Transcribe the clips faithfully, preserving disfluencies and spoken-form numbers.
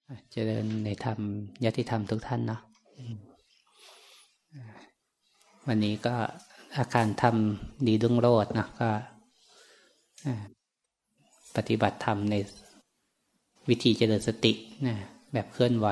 เจริญในธรรมญาติธรรมทุกท่านเนาะวันนี้ก็อาการธรรมดีรุ่งโรจน์นะก็ปฏิบัติธรรมในวิธีเจริญสตินะแบบเคลื่อนไหว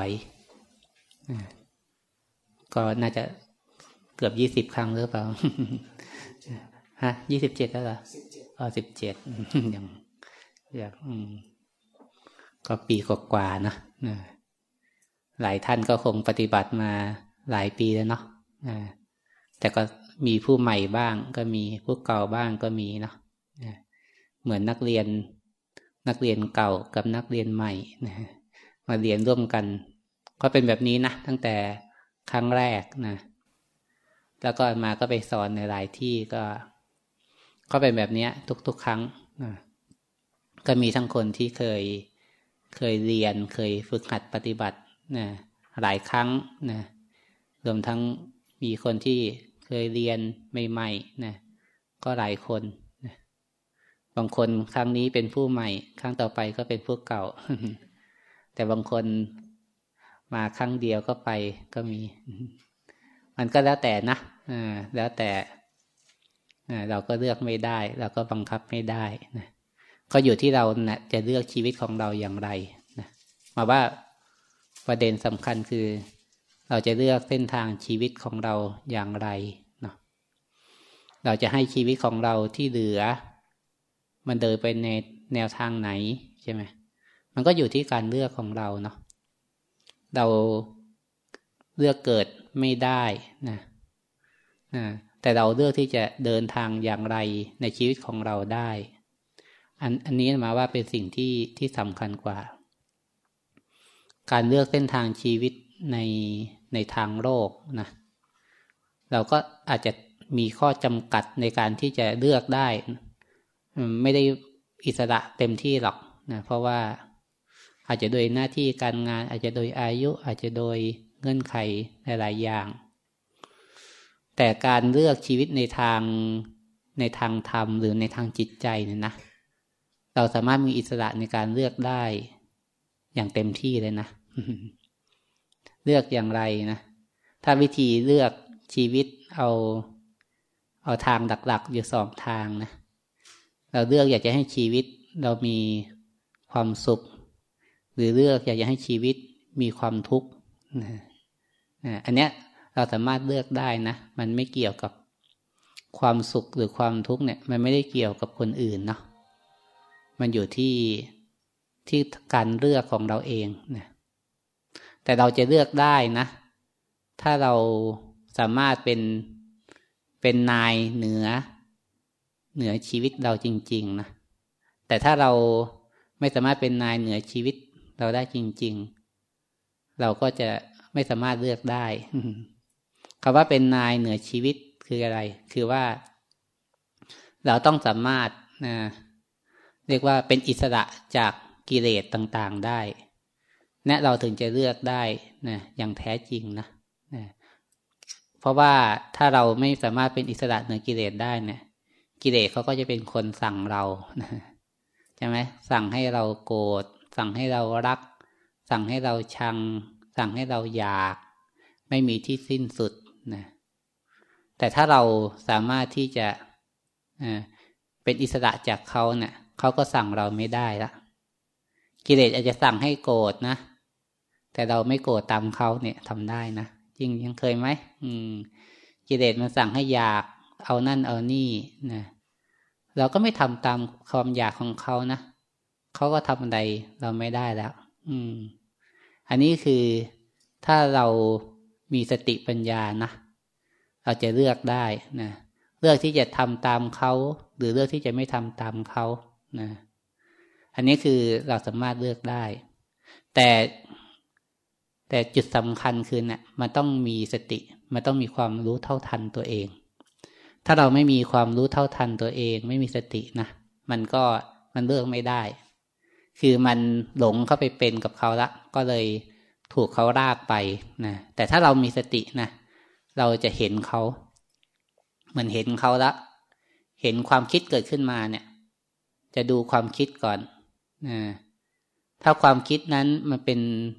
ก็น่าจะเกือบยี่สิบครั้งหรือเปล่าฮะยี่สิบเจ็ดแล้วเหรออ๋อสิบเจ็ดอย่างอย่างก็ปีกว่าๆนะหลายท่านก็คงปฏิบัติมาหลายปีแล้วเนาะแต่ก็มีผู้ใหม่บ้างก็มีผู้เก่าบ้างก็มีเนาะเหมือนนักเรียนนักเรียนเก่ากับนักเรียนใหม่นะมาเรียนร่วมกันก็เป็นแบบนี้นะตั้งแต่ครั้งแรกนะแล้วก็มาก็ไปสอนในหลายที่ก็ก็เป็นแบบนี้ทุกๆครั้งนะก็มีทั้งคนที่เคยเคยเรียนเคยฝึกหัดปฏิบัตินะหลายครั้งนะรวมทั้งมีคนที่เคยเรียนใหม่ๆนะก็หลายคนนะบางคนครั้งนี้เป็นผู้ใหม่ครั้งต่อไปก็เป็นผู้เก่า แต่บางคนมาครั้งเดียวก็ไปก็มี มันก็แล้วแต่นะอ่าแล้วแต่อ่าเราก็เลือกไม่ได้เราก็บังคับไม่ได้นะก็อยู่ที่เรานะจะเลือกชีวิตของเราอย่างไรนะมาว่าประเด็นสำคัญคือเราจะเลือกเส้นทางชีวิตของเราอย่างไรเนาะเราจะให้ชีวิตของเราที่เหลือมันเดินไปในแนวทางไหนใช่ไหมมันก็อยู่ที่การเลือกของเราเนาะเราเลือกเกิดไม่ได้นะนะแต่เราเลือกที่จะเดินทางอย่างไรในชีวิตของเราได้อันอันนี้หมายว่าเป็นสิ่งที่ที่สำคัญกว่าการเลือกเส้นทางชีวิตในในทางโลกนะเราก็อาจจะมีข้อจำกัดในการที่จะเลือกได้ไม่ได้อิสระเต็มที่หรอกนะเพราะว่าอาจจะโดยหน้าที่การงานอาจจะโดยอายุอาจจะโดยเงื่อนไขหลายๆอย่างแต่การเลือกชีวิตในทางในทางธรรมหรือในทางจิตใจเนี่ยนะเราสามารถมีอิสระในการเลือกได้อย่างเต็มที่เลยนะเลือกอย่างไรนะถ้าวิธีเลือกชีวิตเอาเอาทางหลักๆอยู่สองทางนะเราเลือกอยากจะให้ชีวิตเรามีความสุขหรือเลือกอยากจะให้ชีวิตมีความทุกข์นะอันเนี้ยเราสามารถเลือกได้นะมันไม่เกี่ยวกับความสุขหรือความทุกข์เนี่ยมันไม่ได้เกี่ยวกับคนอื่นเนาะมันอยู่ที่ที่การเลือกของเราเองนะแต่เราจะเลือกได้นะถ้าเราสามารถเป็นเป็นนายเหนือเหนือชีวิตเราจริงๆนะแต่ถ้าเราไม่สามารถเป็นนายเหนือชีวิตเราได้จริงๆเราก็จะไม่สามารถเลือกได้คำว่าเป็นนายเหนือชีวิตคืออะไรคือว่าเราต้องสามารถนะเรียกว่าเป็นอิสระจากกิเลสต่างๆได้และเราถึงจะเลือกได้นะอย่างแท้จริงนะนะเพราะว่าถ้าเราไม่สามารถเป็นอิสระเหนือกิเลสได้เนี่ยกิเลสเขาก็จะเป็นคนสั่งเรานะใช่ไหมสั่งให้เราโกรธสั่งให้เรารักสั่งให้เราชังสั่งให้เราอยากไม่มีที่สิ้นสุดนะแต่ถ้าเราสามารถที่จะเป็นอิสระจากเขาเนี่ยเขาก็สั่งเราไม่ได้ละกิเลสอาจจะสั่งให้โกรธนะแต่เราไม่โกรธตามเขาเนี่ยทำได้นะจริงยังเคยไหมอืมกิเลสมันสั่งให้อยากเอานั่นเอานี่นะเราก็ไม่ทำตามความอยากของเขานะเขาก็ทำอะไรเราไม่ได้แล้วอืมอันนี้คือถ้าเรามีสติปัญญานะเราจะเลือกได้นะเลือกที่จะทำตามเขาหรือเลือกที่จะไม่ทำตามเขานะอันนี้คือเราสามารถเลือกได้แต่แต่จุดสำคัญคือเนี่ยมันต้องมีสติมันต้องมีความรู้เท่าทันตัวเองถ้าเราไม่มีความรู้เท่าทันตัวเองไม่มีสตินะมันก็มันเลือกไม่ได้คือมันหลงเข้าไปเป็นกับเขาละก็เลยถูกเขาลากไปนะแต่ถ้าเรามีสตินะเราจะเห็นเขาเหมือนเห็นเขาละเห็นความคิดเกิดขึ้นมาเนี่ยจะดูความคิดก่อนนะถ้าความคิดนั้นมันเป็น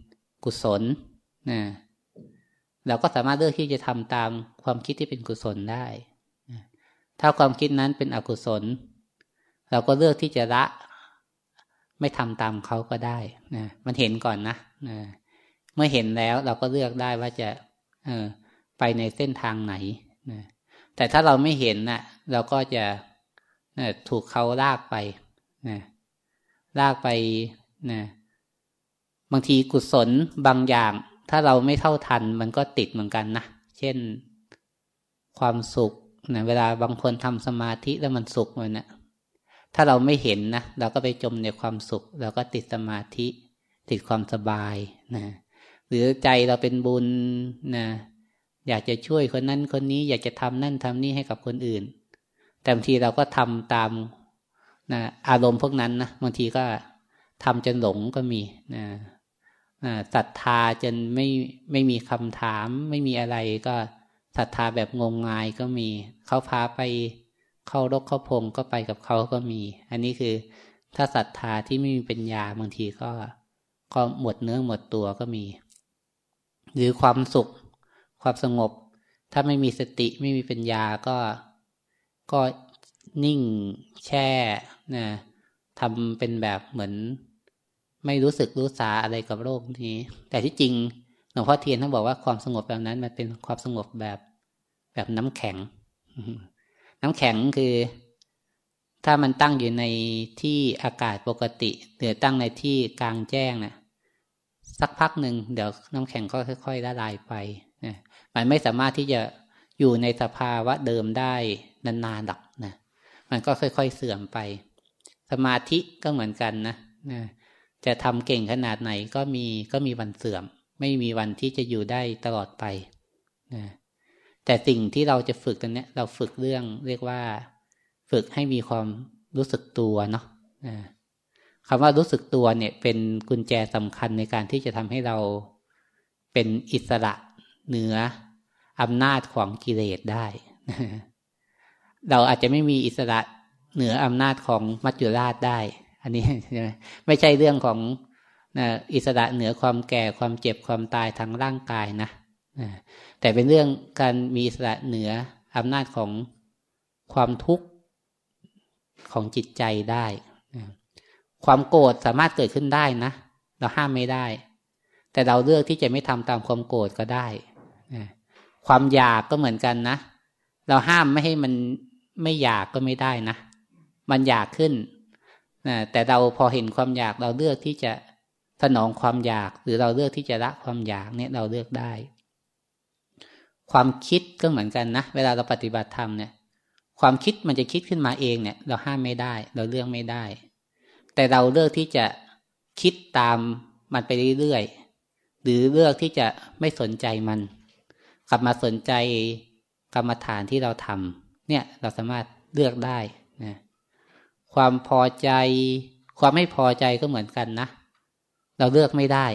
กุศลนะเราก็สามารถเลือกที่จะทำตามความคิดที่เป็นกุศลได้นะถ้าความคิดนั้นเป็นอกุศลเราก็เลือกที่จะละไม่ทำตามเขาก็ได้นะมันเห็นก่อนนะนะเมื่อเห็นแล้วเราก็เลือกได้ว่าจะเออไปในเส้นทางไหนนะแต่ถ้าเราไม่เห็นนะเราก็จะนะถูกเขาลากไปนะลากไปนะบางทีกุศลบางอย่างถ้าเราไม่เท่าทันมันก็ติดเหมือนกันนะเช่นความสุขนะเวลาบางคนทำสมาธิแล้วมันสุขมันนะถ้าเราไม่เห็นนะเราก็ไปจมในความสุขเราก็ติดสมาธิติดความสบายนะหรือใจเราเป็นบุญนะอยากจะช่วยคนนั้นคนนี้อยากจะทำนั่นทำนี่ให้กับคนอื่นแต่บางทีเราก็ทำตามนะอารมณ์พวกนั้นนะบางทีก็ทำจนหลงก็มีนะศรัทธาจนไม่ไม่มีคำถามไม่มีอะไรก็ศรัทธาแบบงมงายก็มีเขาพาไปเข้ารกเข้าพงก็ไปกับเขาก็มีอันนี้คือถ้าศรัทธาที่ไม่มีปัญญาบางทีก็ก็หมดเนื้อหมดตัวก็มีหรือความสุขความสงบถ้าไม่มีสติไม่มีปัญญาก็ก็นิ่งแช่นะทำเป็นแบบเหมือนไม่รู้สึกรู้สาอะไรกับโลกนี้แต่ที่จริงหลวงพ่อเทียนท่านบอกว่าความสงบแบบนั้นมันเป็นความสงบแบบแบบน้ำแข็งน้ำแข็งคือถ้ามันตั้งอยู่ในที่อากาศปกติหรือตั้งในที่กลางแจ้งนะสักพักหนึ่งเดี๋ยวน้ำแข็งก็ค่อยๆละลายไปนะมันไม่สามารถที่จะอยู่ในสภาวะเดิมได้นานๆหรอกนะมันก็ค่อยๆเสื่อมไปสมาธิก็เหมือนกันนะนะจะทำเก่งขนาดไหนก็มีก็มีวันเสื่อมไม่มีวันที่จะอยู่ได้ตลอดไปนะแต่สิ่งที่เราจะฝึกตรงนี้เราฝึกเรื่องเรียกว่าฝึกให้มีความรู้สึกตัวเนาะนะคำว่ารู้สึกตัวเนี่ยเป็นกุญแจสำคัญในการที่จะทำให้เราเป็นอิสระเหนืออำนาจของกิเลสได้เราอาจจะไม่มีอิสระเหนืออำนาจของมัจจุราชได้อันนี้ไม่ใช่เรื่องของนะอิสระเหนือความแก่ความเจ็บความตายทางร่างกายนะนะแต่เป็นเรื่องการมีอิสระเหนืออำนาจของความทุกข์ของจิตใจได้นะความโกรธสามารถเกิดขึ้นได้นะเราห้ามไม่ได้แต่เราเลือกที่จะไม่ทำตามความโกรธก็ได้นะความอยากก็เหมือนกันนะเราห้ามไม่ให้มันไม่อยากก็ไม่ได้นะมันอยากขึ้นนะแต่เราพอเห็นความอยากเราเลือกที่จะสนองความอยากหรือเราเลือกที่จะละความอยากเนี่ยเราเลือกได้ความคิดก็เหมือนกันนะเวลาเราปฏิบัติธรรมเนี่ยความคิดมันจะคิดขึ้นมาเองเนี่ยเราห้ามไม่ได้เราเลือกไม่ได้แต่เราเลือกที่จะคิดตามมันไปเรื่อยๆหรือเลือกที่จะไม่สนใจมันกลับมาสนใจกรรมฐานที่เราทำเนี่ยเราสามารถเลือกได้นะความพอใจความไม่พอใจก็เหมือนกันนะเราเลือกไม่ได้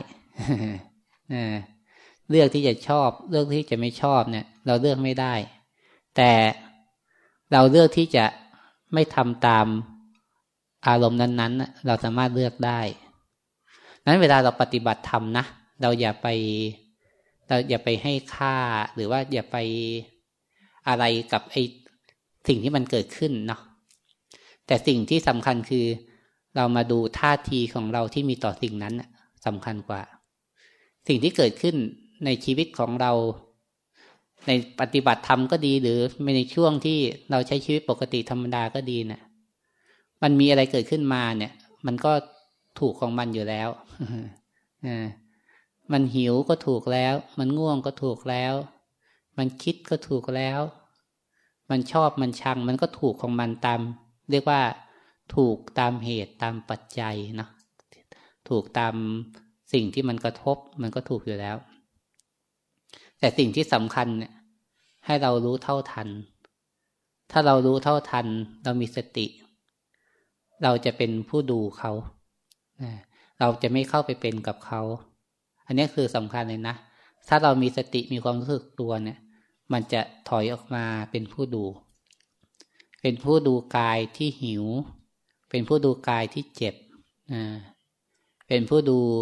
เลือกที่จะชอบเลือกที่จะไม่ชอบเนี่ยเราเลือกไม่ได้แต่เราเลือกที่จะไม่ทำตามอารมณ์นั้นๆเราสามารถเลือกได้นั้นเวลาเราปฏิบัติธรรมนะเราอย่าไปเราอย่าไปให้ค่าหรือว่าอย่าไปอะไรกับไอ้สิ่งที่มันเกิดขึ้นเนาะแต่สิ่งที่สำคัญคือเรามาดูท่าทีของเราที่มีต่อสิ่งนั้นสำคัญกว่าสิ่งที่เกิดขึ้นในชีวิตของเราในปฏิบัติธรรมก็ดีหรือในช่วงที่เราใช้ชีวิตปกติธรรมดาก็ดีนะมันมีอะไรเกิดขึ้นมาเนี่ยมันก็ถูกของมันอยู่แล้ว มันหิวก็ถูกแล้วมันง่วงก็ถูกแล้วมันคิดก็ถูกแล้วมันชอบมันชังมันก็ถูกของมันตามเรียกว่าถูกตามเหตุตามปัจจัยเนาะถูกตามสิ่งที่มันกระทบมันก็ถูกอยู่แล้วแต่สิ่งที่สำคัญเนี่ยให้เรารู้เท่าทันถ้าเรารู้เท่าทันเรามีสติเราจะเป็นผู้ดูเขาเราจะไม่เข้าไปเป็นกับเขาอันนี้คือสำคัญเลยนะถ้าเรามีสติมีความรู้สึกตัวเนี่ยมันจะถอยออกมาเป็นผู้ดูเป็นผู้ดูกายที่หิวเป็นผู้ดูกายที่เจ็บเป็นผู้ดู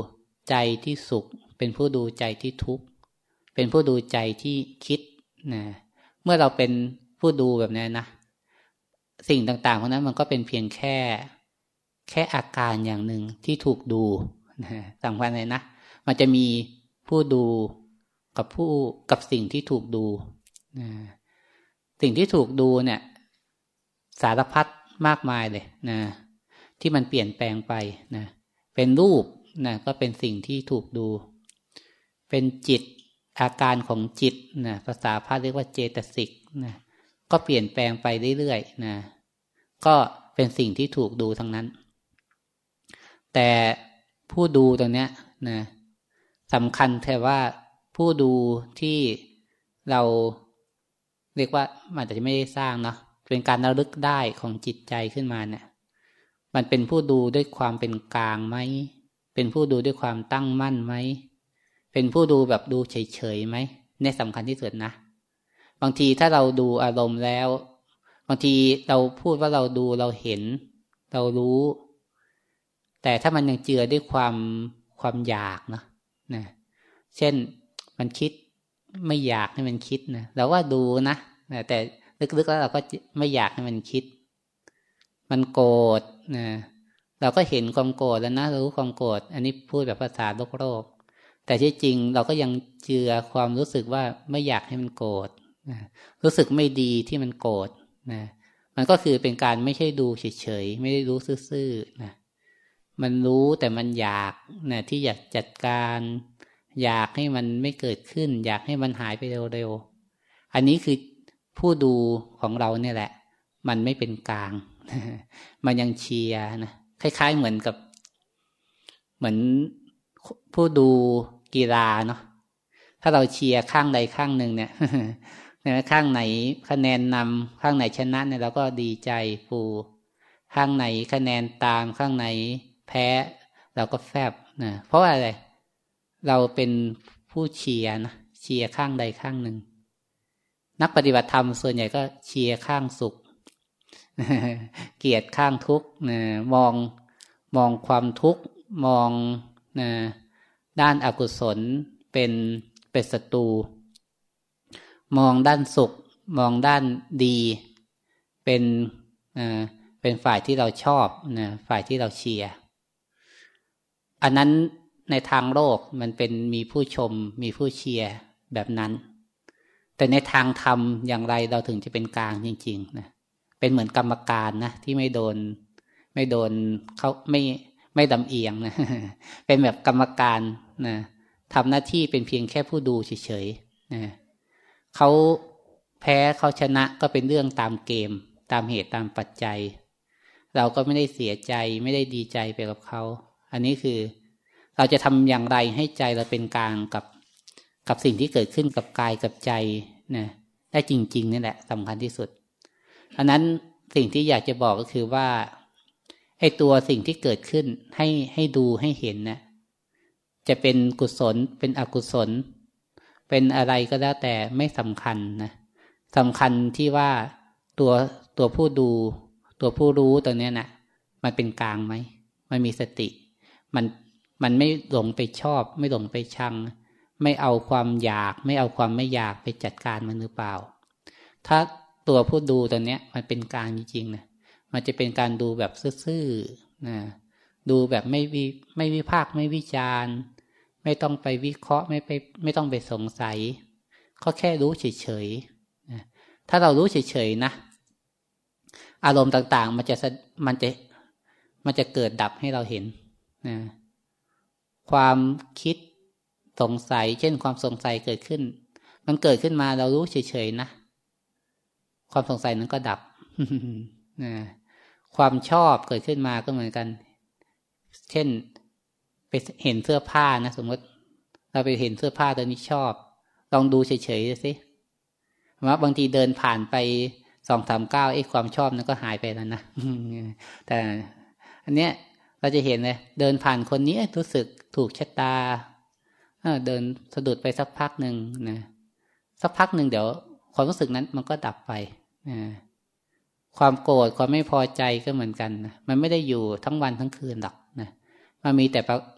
ใจที่สุขเป็นผู้ดูใจที่ทุกข์เป็นผู้ดูใจที่คิดนะเมื่อเราเป็นผู้ดูแบบนี้นะสิ่งต่างๆพวกนั้นมันก็เป็นเพียงแค่แค่อาการอย่างหนึ่งที่ถูกดูนะสำคัญเลยนะมันจะมีผู้ดูกับผู้กับสิ่งที่ถูกดูนะสิ่งที่ถูกดูเนี่ยสารพัดมากมายเลยนะที่มันเปลี่ยนแปลงไปนะเป็นรูปนะก็เป็นสิ่งที่ถูกดูเป็นจิตอาการของจิตนะภาษาพระเรียกว่าเจตสิกนะก็เปลี่ยนแปลงไปเรื่อยๆนะก็เป็นสิ่งที่ถูกดูทั้งนั้นแต่ผู้ดูตรงเนี้ยนะสำคัญแค่ว่าผู้ดูที่เราเรียกว่ามันอาจจะไม่ได้สร้างเนาะเป็นการระลึกได้ของจิตใจขึ้นมาเนี่ยมันเป็นผู้ดูด้วยความเป็นกลางไหมเป็นผู้ดูด้วยความตั้งมั่นไหมเป็นผู้ดูแบบดูเฉยๆไหมนี่สำคัญที่สุดนะบางทีถ้าเราดูอารมณ์แล้วบางทีเราพูดว่าเราดูเราเห็นเรารู้แต่ถ้ามันยังเจือด้วยความความอยากเนาะนะเช่นมันคิดไม่อยากให้มันคิดนะเราว่าดูนะแต่ลึกๆแล้วเราก็ไม่อยากให้มันคิดมันโกรธนะเราก็เห็นความโกรธแล้วนะรู้ความโกรธอันนี้พูดแบบภาษาโลกโลกแต่ที่จริงเราก็ยังเจือความรู้สึกว่าไม่อยากให้มันโกรธนะรู้สึกไม่ดีที่มันโกรธนะมันก็คือเป็นการไม่ใช่ดูเฉยๆไม่ได้รู้ซื่อๆนะมันรู้แต่มันอยากนะที่อยากจัดการอยากให้มันไม่เกิดขึ้นอยากให้มันหายไปเร็วๆอันนี้คือผู้ดูของเราเนี่ยแหละมันไม่เป็นกลาง มันยังเชียร์นะคล้ายๆเหมือนกับเหมือนผู้ดูกีฬาเนาะถ้าเราเชียร์ข้างใดข้างหนึ่งเนี่ยข้างไหนคะแนนนำข้างไหนชนะเนี่ยเราก็ดีใจฟูข้างไหนคะแนนตามข้างไหนแพ้เราก็แฟบนะเพราะอะไรเราเป็นผู้เชียร์นะเชียร์ข้างใดข้างหนึ่งนักปฏิบัติธรรมส่วนใหญ่ก็เชียร์ข้างสุข เกลียดข้างทุกข์นะมองมองความทุกข์มองนะด้านอกุศลเป็นเป็นศัตรูมองด้านสุขมองด้านดีเป็นอ่าเป็นฝ่ายที่เราชอบนะฝ่ายที่เราเชียร์อันนั้นในทางโลกมันเป็นมีผู้ชมมีผู้เชียร์แบบนั้นแต่ในทางธรรมอย่างไรเราถึงจะเป็นกลางจริงๆนะเป็นเหมือนกรรมการนะที่ไม่โดนไม่โดนเขาไม่ไม่ดำเอียงนะ เป็นแบบกรรมการนะทำหน้าที่เป็นเพียงแค่ผู้ดูเฉยๆนะเขาแพ้เขาชนะก็เป็นเรื่องตามเกมตามเหตุตามปัจจัยเราก็ไม่ได้เสียใจไม่ได้ดีใจไปกับเขาอันนี้คือเราจะทำอย่างไรให้ใจเราเป็นกลางกับกับสิ่งที่เกิดขึ้นกับกายกับใจนะได้จริงๆนี่แหละสำคัญที่สุดอันนั้นสิ่งที่อยากจะบอกก็คือว่าไอ้ตัวสิ่งที่เกิดขึ้นให้ให้ดูให้เห็นนะจะเป็นกุศลเป็นอกุศลเป็นอะไรก็แล้วแต่ไม่สำคัญนะสำคัญที่ว่าตัวตัวผู้ดูตัวผู้รู้ตัวเนี้ยนะมันเป็นกลางไหมมันมีสติมันมันไม่หลงไปชอบไม่หลงไปชังไม่เอาความอยากไม่เอาความไม่อยากไปจัดการมันหรือเปล่าถ้าตัวผู้ดูตัวเนี้ยมันเป็นกลางจริงๆนะมันจะเป็นการดูแบบซื่อๆนะดูแบบไม่วิไม่วิพากษ์ไม่วิจารณ์ไม่ต้องไปวิเคราะห์ไม่ไปไม่ต้องไปสงสัยก็แค่รู้เฉยๆนะถ้าเรารู้เฉยๆนะอารมณ์ต่างๆมันจะมันจะมันจะเกิดดับให้เราเห็นนะความคิดสงสัยเช่นความสงสัยเกิดขึ้นมันเกิดขึ้นมาเรารู้เฉยๆนะความสงสัยนั้นก็ดับ นะความชอบเกิดขึ้นมาก็เหมือนกันเช่นไปเห็นเสื้อผ้านะสมมติเราไปเห็นเสื้อผ้าตัวนี้ชอบลองดูเฉยๆสิว่าบางทีเดินผ่านไปสองสามก้าวไอ้ความชอบนั้นก็หายไปแล้วนะแต่อันเนี้ยเราจะเห็นเลยเดินผ่านคนนี้รู้สึกถูกชะตาเดินสะดุดไปสักพักหนึ่งนะสักพักหนึ่งเดี๋ยวความรู้สึกนั้นมันก็ดับไปนะความโกรธความไม่พอใจก็เหมือนกันนะมันไม่ได้อยู่ทั้งวันทั้งคืนหรอกนะมันมีแต่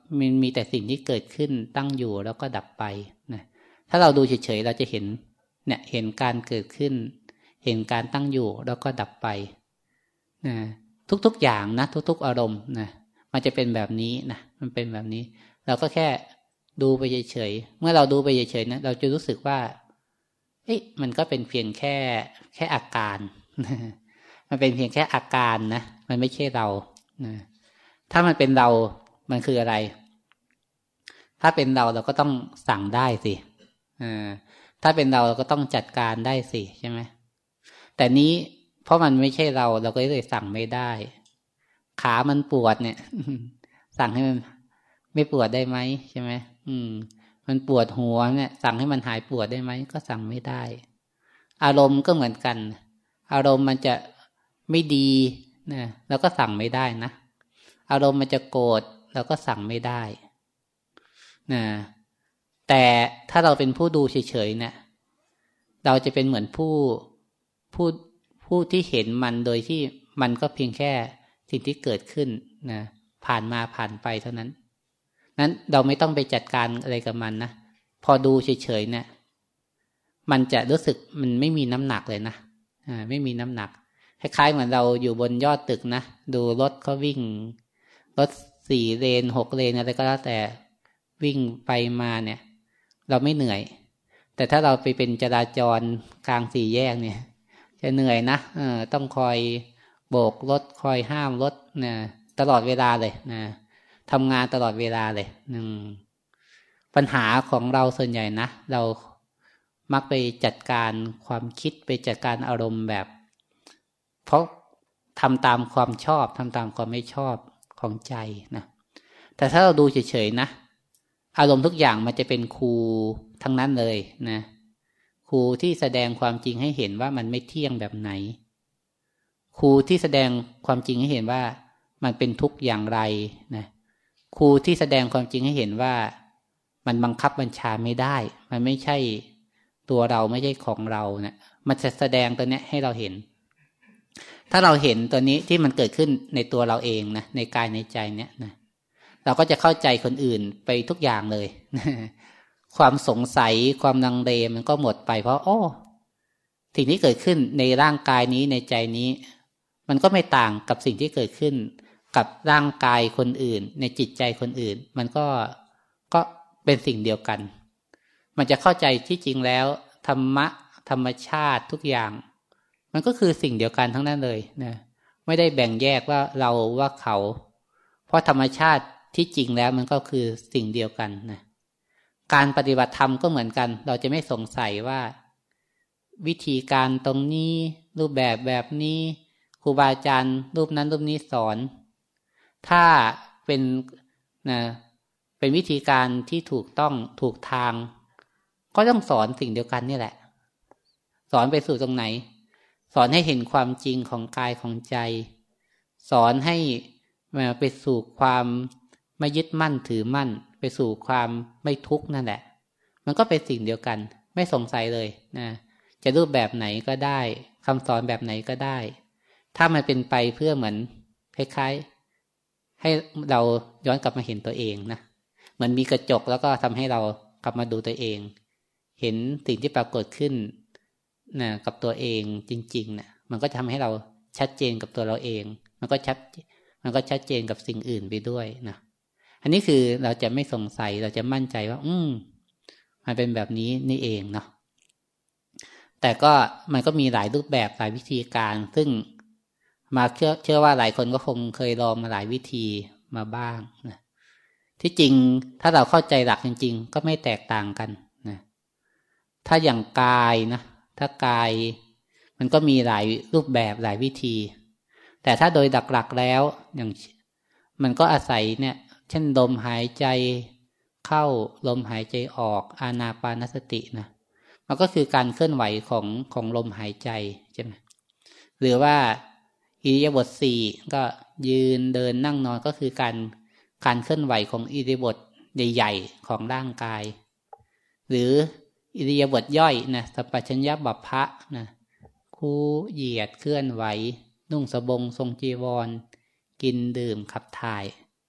มันมีแต่สิ่งที่เกิดขึ้นตั้งอยู่แล้วก็ดับไปนะถ้าเราดูเฉยๆเราจะเห็นเนี่ยเห็นการเกิดขึ้นเห็นการตั้งอยู่แล้วก็ดับไปนะทุกๆอย่างนะทุกๆอารมณ์นะมันจะเป็นแบบนี้นะมันเป็นแบบนี้เราก็แค่ดูไปเฉยๆเมื่อเราดูไปเฉยๆนะเราจะรู้สึกว่าเอ๊ะมันก็เป็นเพียงแค่แค่อาการมันเป็นเพียงแค่อาการนะมันไม่ใช่เรานะถ้ามันเป็นเรามันคืออะไรถ้าเป็นเราเราก็ต้องสั่งได้สิอ่าถ้าเป็นเราเราก็ต้องจัดการได้สิใช่ไหมแต่นี้เพราะมันไม่ใช่เราเราก็เลยสั่งไม่ได้ขามันปวดเนี่ยสั่งให้มันไม่ปวดได้ไหมใช่ไหมอืมมันปวดหัวเนี่ยสั่งให้มันหายปวดได้ไหมก็สั่งไม่ได้อารมณ์ก็เหมือนกันอารมณ์มันจะไม่ดีนะเราก็สั่งไม่ได้นะอารมณ์มันจะโกรธเราก็สั่งไม่ได้นะแต่ถ้าเราเป็นผู้ดูเฉยๆเนี่ยเราจะเป็นเหมือนผู้ผู้ผู้ที่เห็นมันโดยที่มันก็เพียงแค่สิ่งที่เกิดขึ้นนะผ่านมาผ่านไปเท่านั้นนั้นเราไม่ต้องไปจัดการอะไรกับมันนะพอดูเฉยๆเนี่ยมันจะรู้สึกมันไม่มีน้ำหนักเลยนะอ่าไม่มีน้ำหนักคล้ายๆเหมือนเราอยู่บนยอดตึกนะดูรถเขาวิ่งรถสี่เลนหกเลนอะไรก็แล้วแต่วิ่งไปมาเนี่ยเราไม่เหนื่อยแต่ถ้าเราไปเป็นจราจรกลางสี่แยกเนี่ยจะเหนื่อยนะเออต้องคอยโบกรถคอยห้ามรถนะตลอดเวลาเลยนะทำงานตลอดเวลาเลยอืมปัญหาของเราส่วนใหญ่นะเรามักไปจัดการความคิดไปจัดการอารมณ์แบบเพราะทำตามความชอบทำตามความไม่ชอบของใจนะแต่ถ้าเราดูเฉยๆนะอารมณ์ทุกอย่างมันจะเป็นครูทั้งนั้นเลยนะครูที่แสดงความจริงให้เห็นว่ามันไม่เที่ยงแบบไหนครูที่แสดงความจริงให้เห็นว่ามันเป็นทุกข์อย่างไรนะครูที่แสดงความจริงให้เห็นว่ามันบังคับบัญชาไม่ได้มันไม่ใช่ตัวเราไม่ใช่ของเราเนี่ยมันจะแสดงตัวเนี้ยให้เราเห็นถ้าเราเห็นตัวนี้ที่มันเกิดขึ้นในตัวเราเองนะในกายในใจเนี้ยนะเราก็จะเข้าใจคนอื่นไปทุกอย่างเลยความสงสัยความลังเลมันก็หมดไปเพราะโอ้สิ่งที่เกิดขึ้นในร่างกายนี้ในใจนี้มันก็ไม่ต่างกับสิ่งที่เกิดขึ้นกับร่างกายคนอื่นในจิตใจคนอื่นมันก็ก็เป็นสิ่งเดียวกันมันจะเข้าใจที่จริงแล้วธรรมะธรรมชาติทุกอย่างมันก็คือสิ่งเดียวกันทั้งนั้นเลยนะไม่ได้แบ่งแยกว่าเราว่าเขาเพราะธรรมชาติที่จริงแล้วมันก็คือสิ่งเดียวกันนะการปฏิบัติธรรมก็เหมือนกันเราจะไม่สงสัยว่าวิธีการตรงนี้รูปแบบแบบนี้ครูบาอาจารย์รูปนั้นรูปนี้สอนถ้าเป็นนะเป็นวิธีการที่ถูกต้องถูกทางก็ต้องสอนสิ่งเดียวกันนี่แหละสอนไปสู่ตรงไหนสอนให้เห็นความจริงของกายของใจสอนให้ไปสู่ความไม่ยึดมั่นถือมั่นไปสู่ความไม่ทุกข์นั่นแหละมันก็เป็นสิ่งเดียวกันไม่สงสัยเลยนะจะรูปแบบไหนก็ได้คำสอนแบบไหนก็ได้ถ้ามันเป็นไปเพื่อเหมือนคล้ายๆให้เราย้อนกลับมาเห็นตัวเองนะเหมือนมีกระจกแล้วก็ทำให้เรากลับมาดูตัวเองเห็นสิ่งที่ปรากฏขึ้นนะกับตัวเองจริงๆนะมันก็ทำให้เราชัดเจนกับตัวเราเองมันก็ชัดมันก็ชัดเจนกับสิ่งอื่นไปด้วยนะอันนี้คือเราจะไม่สงสัยเราจะมั่นใจว่าอืมมันเป็นแบบนี้นี่เองเนาะแต่ก็มันก็มีหลายรูปแบบหลายวิธีการซึ่งมาเชื่อเชื่อว่าหลายคนก็คงเคยลองมาหลายวิธีมาบ้างนะที่จริงถ้าเราเข้าใจหลักจริงๆก็ไม่แตกต่างกันนะถ้าอย่างกายนะถ้ากายมันก็มีหลายรูปแบบหลายวิธีแต่ถ้าโดยหลักๆแล้วอย่างมันก็อาศัยเนี่ยเช่นลมหายใจเข้าลมหายใจออกอานาปานสตินะมันก็คือการเคลื่อนไหวของของลมหายใจใช่ไหมหรือว่าอิริยาบถสี่ก็ยืนเดินนั่งนอนก็คือการการเคลื่อนไหวของอิริยาบถใหญ่ๆของร่างกายหรืออิริยาบถย่อยนะสัปปชัญญะบัพพะนะคู่เหยียดเคลื่อนไหวนุ่งสบงทรงจีวรกินดื่มขับถ่าย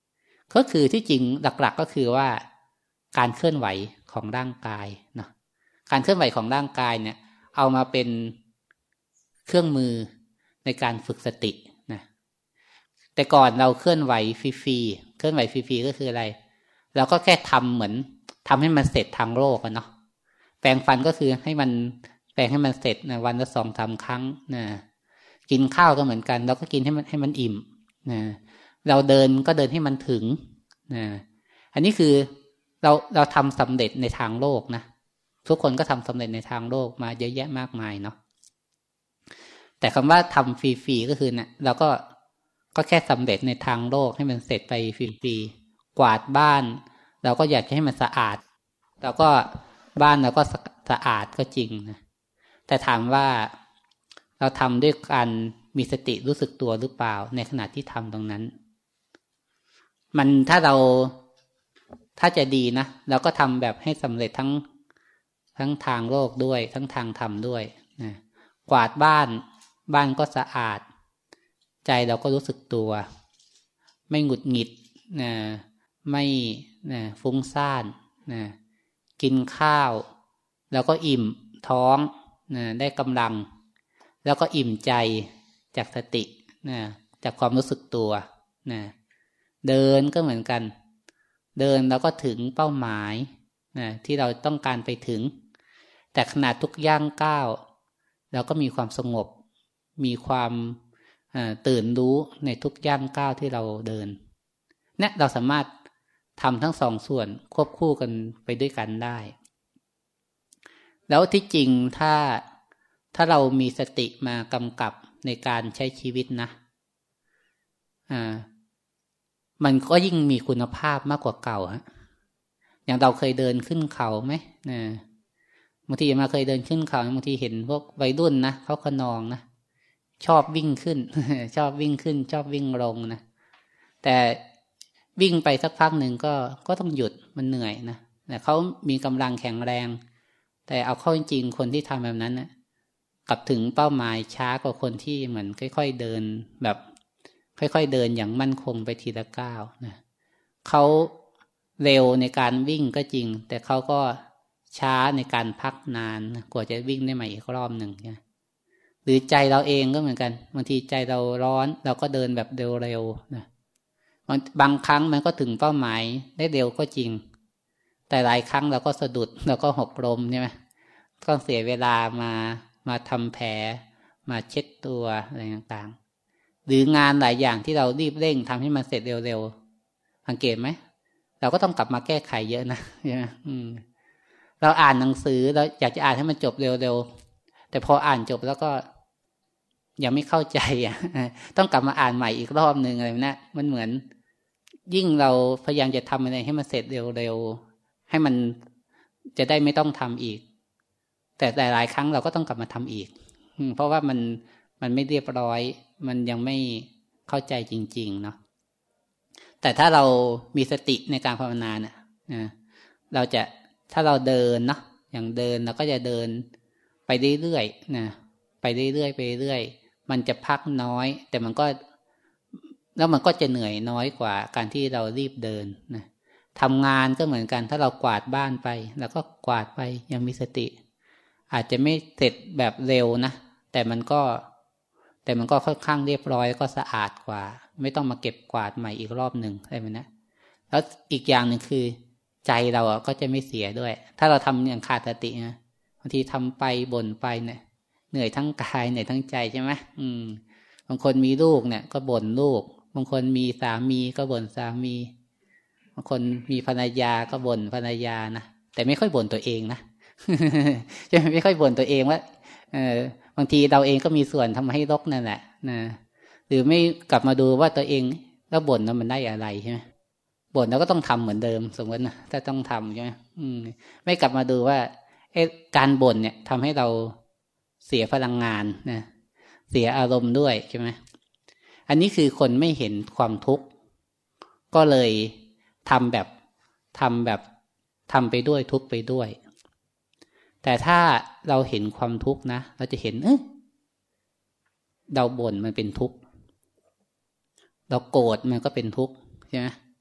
ก็คือที่จริงหลักๆก็คือว่าการเคลื่อนไหวของร่างกายเนาะการเคลื่อนไหวของร่างกายเนี่ยเอามาเป็นเครื่องมือในการฝึกสตินะแต่ก่อนเราเคลื่อนไหวฟรีๆเคลื่อนไหวฟรีๆก็คืออะไรเราก็แค่ทำเหมือนทำให้มันเสร็จทางโลกอะเนาะแปรงฟันก็คือให้มันแปรงให้มันเสร็จนะวันละสองสามครั้งนะกินข้าวก็เหมือนกันเราก็กินให้มันให้มันอิ่มนะเราเดินก็เดินให้มันถึงนะอันนี้คือเราเราทำสำเร็จในทางโลกนะทุกคนก็ทำสำเร็จในทางโลกมาเยอะแยะมากมายเนาะแต่คำว่าทำฟรีๆก็คือเนี่ยเราก็ก็แค่สำเร็จในทางโลกให้มันเสร็จไปฟรีๆกวาดบ้านเราก็อยากให้มันสะอาดเราก็บ้านเราก็สะอาดก็จริงนะแต่ถามว่าเราทำด้วยการมีสติรู้สึกตัวหรือเปล่าในขณะที่ทำตรงนั้นมันถ้าเราถ้าจะดีนะเราก็ทำแบบให้สำเร็จทั้งทั้งทางโลกด้วยทั้งทางธรรมด้วยนะกวาดบ้านบ้านก็สะอาดใจเราก็รู้สึกตัวไม่หงุดหงิดนะไม่นะฟุ้งซ่านนะกินข้าวแล้วก็อิ่มท้องนะได้กำลังแล้วก็อิ่มใจจากสตินะจากความรู้สึกตัวนะเดินก็เหมือนกันเดินแล้วก็ถึงเป้าหมายนะที่เราต้องการไปถึงแต่ขณะทุกย่างก้าวเราก็มีความสงบมีความตื่นรู้ในทุกย่างก้าวที่เราเดินเนี่ยเราสามารถทำทั้งสองส่วนควบคู่กันไปด้วยกันได้แล้วที่จริงถ้าถ้าเรามีสติมากำกับในการใช้ชีวิตนะอ่ามันก็ยิ่งมีคุณภาพมากกว่าเก่าฮะอย่างเราเคยเดินขึ้นเขาไหมนะบางทีมาเคยเดินขึ้นเขาบางทีเห็นพวกวัยรุ่นนะเขาขนองนะชอบวิ่งขึ้น ชอบวิ่งขึ้นชอบวิ่งลงนะแต่วิ่งไปสักพักหนึ่งก็ก็ต้องหยุดมันเหนื่อยนะแต่เขามีกำลังแข็งแรงแต่เอาเข้าจริงๆคนที่ทำแบบนั้นนะกลับถึงเป้าหมายช้ากว่าคนที่เหมือนค่อยๆเดินแบบค่อยๆเดินอย่างมั่นคงไปทีละก้าวนะเขาเร็วในการวิ่งก็จริงแต่เขาก็ช้าในการพักนานกว่าจะวิ่งได้ใหม่อีกรอบหนึ่งนะหรือใจเราเองก็เหมือนกันบางทีใจเราร้อนเราก็เดินแบบเร็วๆนะบางครั้งมันก็ถึงเป้าหมายได้เร็วก็จริงแต่หลายครั้งเราก็สะดุดเราก็หกล้มใช่ไหมก็เสียเวลามามาทำแผลมาเช็ดตัวอะไรต่างๆหรืองานหลายอย่างที่เรารีบเร่งทำให้มันเสร็จเร็วๆสังเกตไหมเราก็ต้องกลับมาแก้ไขเยอะนะใช่ไหมอืมเราอ่านหนังสือเราอยากจะอ่านให้มันจบเร็วๆแต่พออ่านจบแล้วก็ยังไม่เข้าใจอ่ะต้องกลับมาอ่านใหม่อีกรอบนึงอะไรนะมันเหมือนยิ่งเราพยายามจะทำอะไรให้มันเสร็จเร็วๆให้มันจะได้ไม่ต้องทำอีกแต่หลายๆครั้งเราก็ต้องกลับมาทำอีกเพราะว่ามันมันไม่เรียบร้อยมันยังไม่เข้าใจจริงๆเนาะแต่ถ้าเรามีสติในการภาวนาเนี่ยเราจะถ้าเราเดินเนาะอย่างเดินเราก็จะเดินไปเรื่อยๆนะไปเรื่อยๆไปเรื่อยมันจะพักน้อยแต่มันก็แล้วมันก็จะเหนื่อยน้อยกว่าการที่เรารีบเดินนะทำงานก็เหมือนกันถ้าเรากวาดบ้านไปแล้วก็กวาดไปยังมีสติอาจจะไม่เสร็จแบบเร็วนะแต่มันก็แต่มันก็ค่อนข้างเรียบร้อยก็สะอาดกว่าไม่ต้องมาเก็บกวาดใหม่อีกรอบหนึ่งใช่ไหมนะแล้วอีกอย่างหนึ่งคือใจเราอ่ะก็จะไม่เสียด้วยถ้าเราทำอย่างขาดสตินะบางทีทำไปบ่นไปเนี่ยเหนื่อยทั้งกายเหนื่อยทั้งใจใช่ไหมอืมบางคนมีลูกเนี่ยก็บ่นลูกบางคนมีสามีก็บ่นสามีบางคนมีภรรยาก็บ่นภรรยานะแต่ไม่ค่อยบ่นตัวเองนะจะไม่ค่อยบ่นตัวเองว่าเออบางทีเราเองก็มีส่วนทำให้รกนั่นแหละนะหรือไม่กลับมาดูว่าตัวเองแล้วบ่นแล้วมันได้อะไรใช่ไหมบ่นแล้วก็ต้องทำเหมือนเดิมสมมตินะถ้าต้องทำใช่ไหมอืมไม่กลับมาดูว่าเอ๊ะการบ่นเนี่ยทำให้เราเสียพลังงานนะเสียอารมณ์ด้วยใช่ไหมอันนี้คือคนไม่เห็นความทุกข์ก็เลยทำแบบทำแบบทำไปด้วยทุกข์ไปด้วยแต่ถ้าเราเห็นความทุกข์นะเราจะเห็นเอ๊ะเราบ่นมันเป็นทุกข์เราโกรธมันก็เป็นทุกข์ใช่ไหม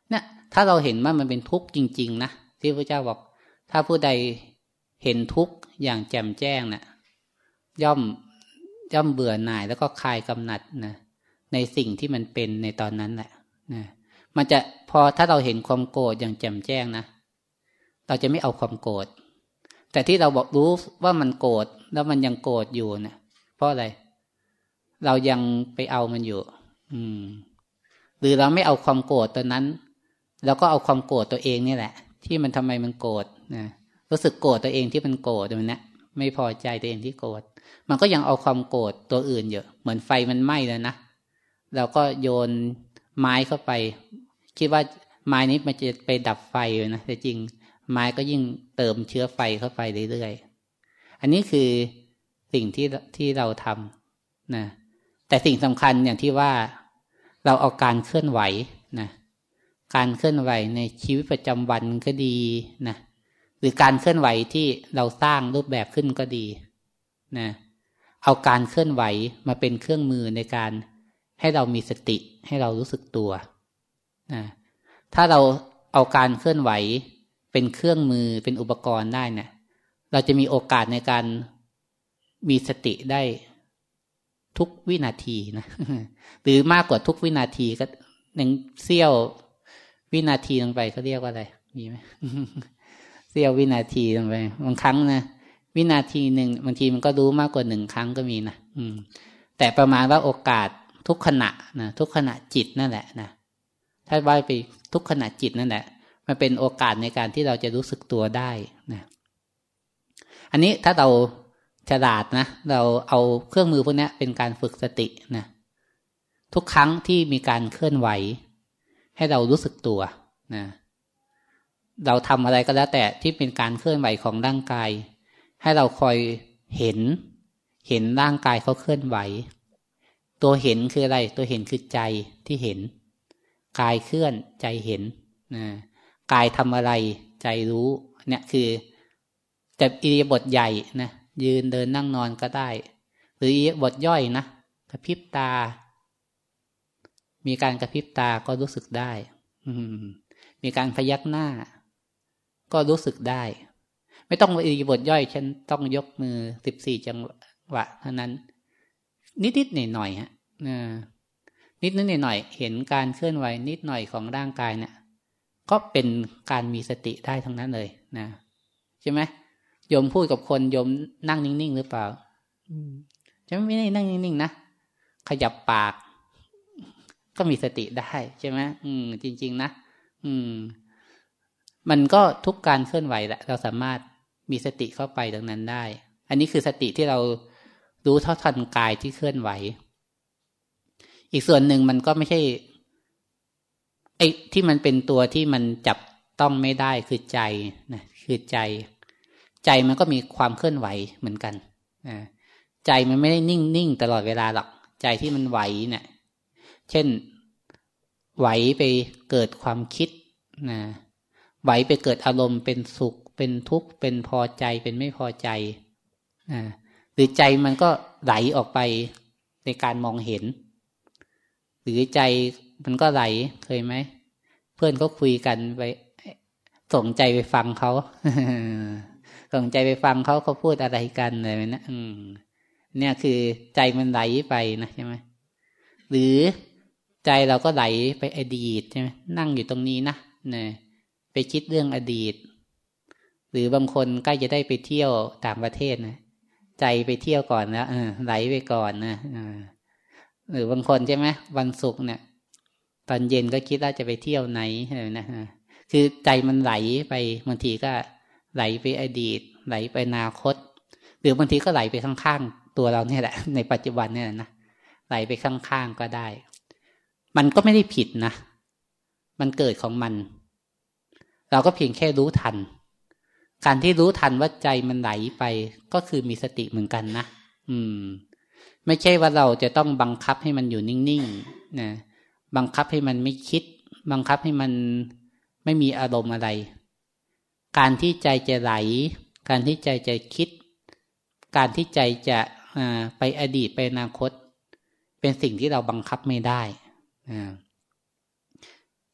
เนี่ยถ้าเราเห็นว่ามันเป็นทุกข์จริงๆนะที่พระเจ้าบอกถ้าผู้ใดเห็นทุกข์อย่างแจ่มแจ้งนะย่อมย่อมเบื่อหน่ายแล้วก็คลายกำหนัดนะในสิ่งที่มันเป็นในตอนนั้นแหละนะมันจะพอถ้าเราเห็นความโกรธอย่างแจ่มแจ้งนะเราจะไม่เอาความโกรธแต่ที่เราบอกรู้ว่ามันโกรธแล้วมันยังโกรธอยู่นะเพราะอะไรเรายังไปเอามันอยู่อืมหรือเราไม่เอาความโกรธตัวนั้นเราก็เอาความโกรธตัวเองนี่แหละที่มันทำไมมันโกรธนะรู้สึกโกรธตัวเองที่มันโกรธมันนะไม่พอใจตัวเองที่โกรธมันก็ยังเอาความโกรธตัวอื่นอยู่เหมือนไฟมันไหม้แล้วนะเราก็โยนไม้เข้าไปคิดว่าไม้นี้มันจะไปดับไฟเลยนะแต่จริงไม้ก็ยิ่งเติมเชื้อไฟเข้าไปเรื่อยๆอันนี้คือสิ่งที่ที่เราทำนะแต่สิ่งสำคัญอย่างที่ว่าเราเอาการเคลื่อนไหวนะการเคลื่อนไหวในชีวิตประจำวันก็ดีนะหรือการเคลื่อนไหวที่เราสร้างรูปแบบขึ้นก็ดีนะเอาการเคลื่อนไหวมาเป็นเครื่องมือในการให้เรามีสติให้เรารู้สึกตัวนะถ้าเราเอาการเคลื่อนไหวเป็นเครื่องมือเป็นอุปกรณ์ได้เนี่ยเราจะมีโอกาสในการมีสติได้ทุกวินาทีนะหรือมากกว่าทุกวินาทีก็หนึ่งเสี้ยววินาทีลงไปเขาเรียกว่าอะไรมีไหม เสี้ยววินาทีลงไปบางครั้งนะวินาทีหนึ่งบางทีมันก็รู้มากกว่าหนึ่งครั้งก็มีนะอืมแต่ประมาณว่าโอกาสทุกขณะนะทุกขณะจิตนั่นแหละนะถ้าว่าไปทุกขณะจิตนั่นแหละมันเป็นโอกาสในการที่เราจะรู้สึกตัวได้นะอันนี้ถ้าเราฉลาดนะเราเอาเครื่องมือพวกนี้เป็นการฝึกสตินะทุกครั้งที่มีการเคลื่อนไหวให้เรารู้สึกตัวนะเราทำอะไรก็แล้วแต่ที่เป็นการเคลื่อนไหวของร่างกายให้เราคอยเห็นเห็นร่างกายเขาเคลื่อนไหวตัวเห็นคืออะไรตัวเห็นคือใจที่เห็นกายเคลื่อนใจเห็นนะกายทำอะไรใจรู้เนี่ยคือแต่อิริยาบถใหญ่นะยืนเดินนั่งนอนก็ได้หรืออิริยาบถย่อยนะกระพริบตามีการกระพริบตาก็รู้สึกได้มีการพยักหน้าก็รู้สึกได้ไม่ต้องอิริยาบถย่อยฉันต้องยกมือสิบสี่จังหวะเท่านั้นนิดๆหน่อยๆฮะนิดนิดหน่อยๆเห็นการเคลื่อนไหวนิดหน่อยของร่างกายเนี่ยก็เป็นการมีสติได้ทั้งนั้นเลยนะใช่ไหมโยมพูดกับคนโยมนั่งนิ่งๆหรือเปล่าจะไม่ได้นั่งนิ่งๆนะขยับปากก็มีสติได้ใช่ไหมอืมจริงๆนะอืมมันก็ทุกการเคลื่อนไหวแหละเราสามารถมีสติเข้าไปตรงนั้นได้อันนี้คือสติที่เรารู้เท่าทันกายที่เคลื่อนไหวอีกส่วนหนึ่งมันก็ไม่ใช่ไอ้ที่มันเป็นตัวที่มันจับต้องไม่ได้คือใจนะคือใจใจมันก็มีความเคลื่อนไหวเหมือนกันนะใจมันไม่ได้นิ่งๆตลอดเวลาหรอกใจที่มันไหวเนี่ยเช่นไหวไปเกิดความคิดนะไหวไปเกิดอารมณ์เป็นสุขเป็นทุกข์เป็นพอใจเป็นไม่พอใจนะหรือใจมันก็ไหลออกไปในการมองเห็นหรือใจมันก็ไหลเคยไหมเพื่อนก็คุยกันไปส่งใจไปฟังเขาส่งใจไปฟังเขาเขาพูดอะไรกันอะไรนะอืมเนี่ยคือใจมันไหลไปนะใช่ไหมหรือใจเราก็ไหลไปอดีตใช่ไหมนั่งอยู่ตรงนี้นะเนี่ยไปคิดเรื่องอดีตหรือบางคนใกล้จะได้ไปเที่ยวต่างประเทศนะใจไปเที่ยวก่อนแล้วเออไหลไปก่อนนะอ่าหรือบางคนใช่ไหมวันศุกร์เนี่ยตอนเย็นก็คิดว่าจะไปเที่ยวไหนอะไรนะคือใจมันไหลไปบางทีก็ไหลไปอดีตไหลไปอนาคตหรือบางทีก็ไหลไปข้างๆตัวเราเนี่ยแหละในปัจจุบันเนี่ยนะไหลไปข้างๆก็ได้มันก็ไม่ได้ผิดนะมันเกิดของมันเราก็เพียงแค่รู้ทันการที่รู้ทันว่าใจมันไหลไปก็คือมีสติเหมือนกันนะอืมไม่ใช่ว่าเราจะต้องบังคับให้มันอยู่นิ่งๆนะบังคับให้มันไม่คิดบังคับให้มันไม่มีอารมณ์อะไรการที่ใจจะไหลการที่ใจจะคิดการที่ใจจะอ่าไปอดีตไปอนาคตเป็นสิ่งที่เราบังคับไม่ได้อ่า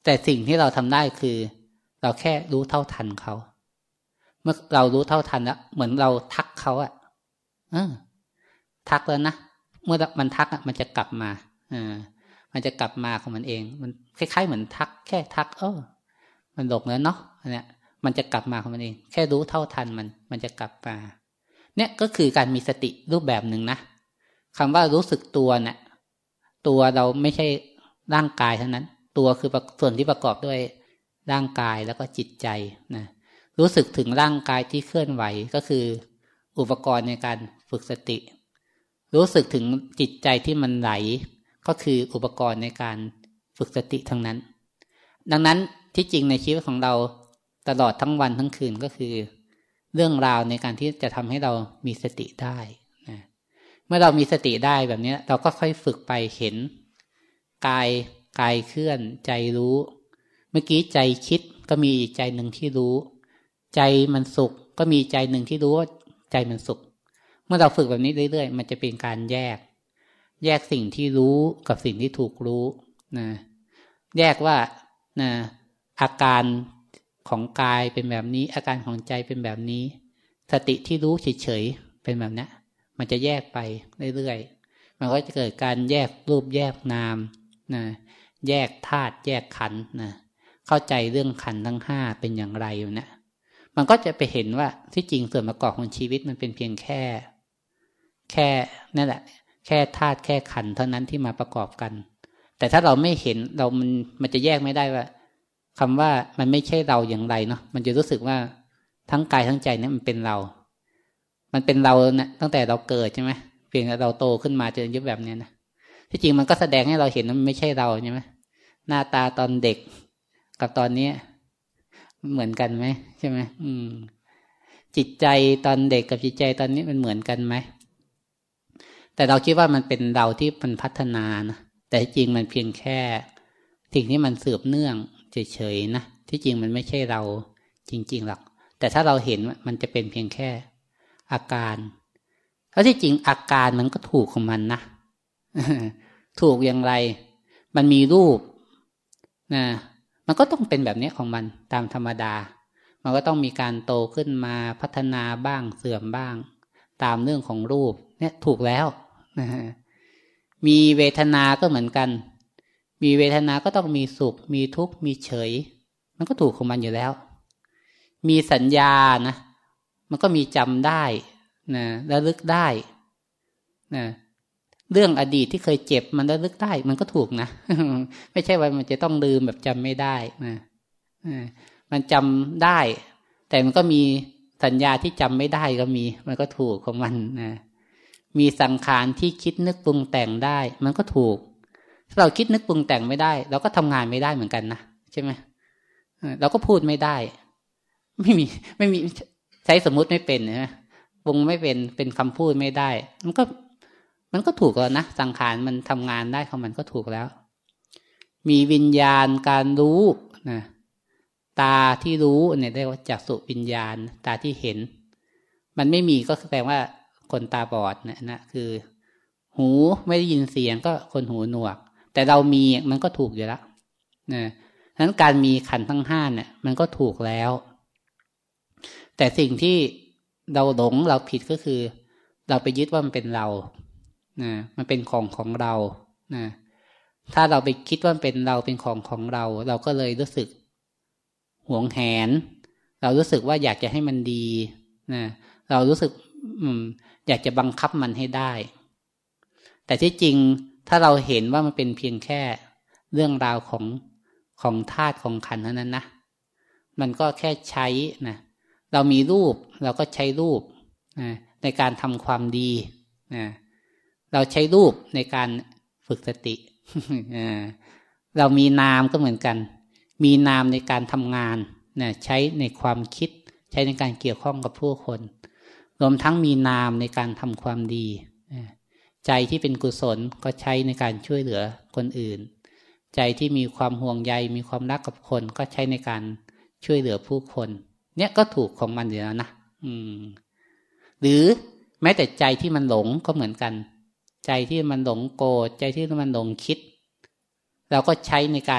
แต่สิ่งที่เราทำได้คือเราแค่รู้เท่าทันเขาเมื่อเรารู้เท่าทันแล้วเหมือนเราทักเขาอ่ะเออทักแล้วนะเมื่อมันทักอ่ะมันจะกลับมาเออมันจะกลับมาของมันเองมันคล้ายๆเหมือนทักแค่ทักเออมันหลงแล้วเนาะเนี่ยมันจะกลับมาของมันเองแค่รู้เท่าทันมันมันจะกลับมาเนี่ยก็คือการมีสติรูปแบบหนึ่งนะคำว่ารู้สึกตัวเนี่ยตัวเราไม่ใช่ร่างกายเท่านั้นตัวคือส่วนที่ประกอบด้วยร่างกายแล้วก็จิตใจนะรู้สึกถึงร่างกายที่เคลื่อนไหวก็คืออุปกรณ์ในการฝึกสติรู้สึกถึงจิตใจที่มันไหลก็คืออุปกรณ์ในการฝึกสติทั้งนั้นดังนั้นที่จริงในชีวิตของเราตลอดทั้งวันทั้งคืนก็คือเรื่องราวในการที่จะทำให้เรามีสติได้นะเมื่อเรามีสติได้แบบนี้เราก็ค่อยฝึกไปเห็นกายกายเคลื่อนใจรู้เมื่อกี้ใจคิดก็มีอีกใจหนึ่งที่รู้ใจมันสุขก็มีใจหนึ่งที่รู้ว่าใจมันสุขเมื่อเราฝึกแบบนี้เรื่อยๆมันจะเป็นการแยกแยกสิ่งที่รู้กับสิ่งที่ถูกรู้นะแยกว่านะอาการของกายเป็นแบบนี้อาการของใจเป็นแบบนี้สติที่รู้เฉยๆเป็นแบบนี้มันจะแยกไปเรื่อยๆมันก็จะเกิดการแยกรูปแยกนามนะแยกธาตุแยกขันธ์นะเข้าใจเรื่องขันธ์ทั้งห้าเป็นอย่างไรอยู่นะมันก็จะไปเห็นว่าที่จริงส่วนประกอบของชีวิตมันเป็นเพียงแค่แค่นั่นแหละแค่ธาตุแค่ขันธ์เท่านั้นที่มาประกอบกันแต่ถ้าเราไม่เห็นเรามันมันจะแยกไม่ได้ว่าคำว่ามันไม่ใช่เราอย่างไรเนาะมันจะรู้สึกว่าทั้งกายทั้งใจเนี่ยมันเป็นเรามันเป็นเรานะตั้งแต่เราเกิดใช่ไหมเพียงแต่เราโตขึ้นมาเจอยุคแบบนี้นะที่จริงมันก็แสดงให้เราเห็นว่ามันไม่ใช่เราใช่ไหมหน้าตาตอนเด็กกับตอนนี้เหมือนกันไหมใช่ไหมอืมจิตใจตอนเด็กกับจิตใจตอนนี้มันเหมือนกันไหมแต่เราคิดว่ามันเป็นเราที่มันพัฒนานะแต่จริงมันเพียงแค่สิ่งที่มันสืบเนื่องเฉยๆนะที่จริงมันไม่ใช่เราจริงๆหรอกแต่ถ้าเราเห็นมันจะเป็นเพียงแค่อาการแล้วที่จริงอาการมันก็ถูกของมันนะ ถูกอย่างไรมันมีรูปนะมันก็ต้องเป็นแบบนี้ของมันตามธรรมดามันก็ต้องมีการโตขึ้นมาพัฒนาบ้างเสื่อมบ้างตามเรื่องของรูปเนี่ยถูกแล้วนะฮะมีเวทนาก็เหมือนกันมีเวทนาก็ต้องมีสุขมีทุกข์มีเฉยมันก็ถูกของมันอยู่แล้วมีสัญญานะมันก็มีจำได้นะระลึกได้นะเรื่องอดีตที่เคยเจ็บมันระลึกได้มันก็ถูกนะ ไม่ใช่ว่ามันจะต้องลืมแบบจำไม่ได้นะมันจำได้แต่มันก็มีสัญญาที่จำไม่ได้ก็มีมันก็ถูกของมันนะมีสังขารที่คิดนึกปรุงแต่งได้มันก็ถูกถ้าเราคิดนึกปรุงแต่งไม่ได้เราก็ทำงานไม่ได้เหมือนกันนะใช่ไหมเราก็พูดไม่ได้ไม่มีไม่มีใช้สมมุติไม่เป็นนะปรุงไม่เป็นเป็นคำพูดไม่ได้มันก็มันก็ถูกแล้วนะสังขารมันทำงานได้ของมันก็ถูกแล้วมีวิญญาณการรู้นะตาที่รู้เนี่ยเรียกว่าจักษุวิญญาณตาที่เห็นมันไม่มีก็แปลว่าคนตาบอดนะนะคือหูไม่ได้ยินเสียงก็คนหูหนวกแต่เรามีมันก็ถูกอยู่แล้วนะฉะนั้นการมีขันธ์ทั้งห้าเนี่ยมันก็ถูกแล้วแต่สิ่งที่เราหลงเราผิดก็คือเราไปยึดว่ามันเป็นเรานะมันเป็นของของเรานะถ้าเราไปคิดว่าเป็นเราเป็นของของเราเราก็เลยรู้สึกหวงแหนเรารู้สึกว่าอยากจะให้มันดีนะเรารู้สึกอืมอยากจะบังคับมันให้ได้แต่ที่จริงถ้าเราเห็นว่ามันเป็นเพียงแค่เรื่องราวของของธาตุของขันธ์เท่านั้นนะมันก็แค่ใช้นะเรามีรูปเราก็ใช้รูปนะในการทำความดีนะเราใช้รูปในการฝึกสติ เรามีนามก็เหมือนกันมีนามในการทำงานนะใช้ในความคิดใช้ในการเกี่ยวข้องกับผู้คนรวมทั้งมีนามในการทำความดีใจที่เป็นกุศลก็ใช้ในการช่วยเหลือคนอื่นใจที่มีความห่วงใยมีความรักกับคนก็ใช้ในการช่วยเหลือผู้คนเนี่ยก็ถูกของมันอยู่แล้วนะอืมหรือแม้แต่ใจที่มันหลงก็เหมือนกันใจที่มันหลงโกรธใจที่มันหลงคิดเราก็ใช้ในการ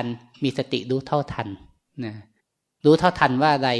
มีสติรู้เท่าทันนะรู้เท่าทันว่าอะไร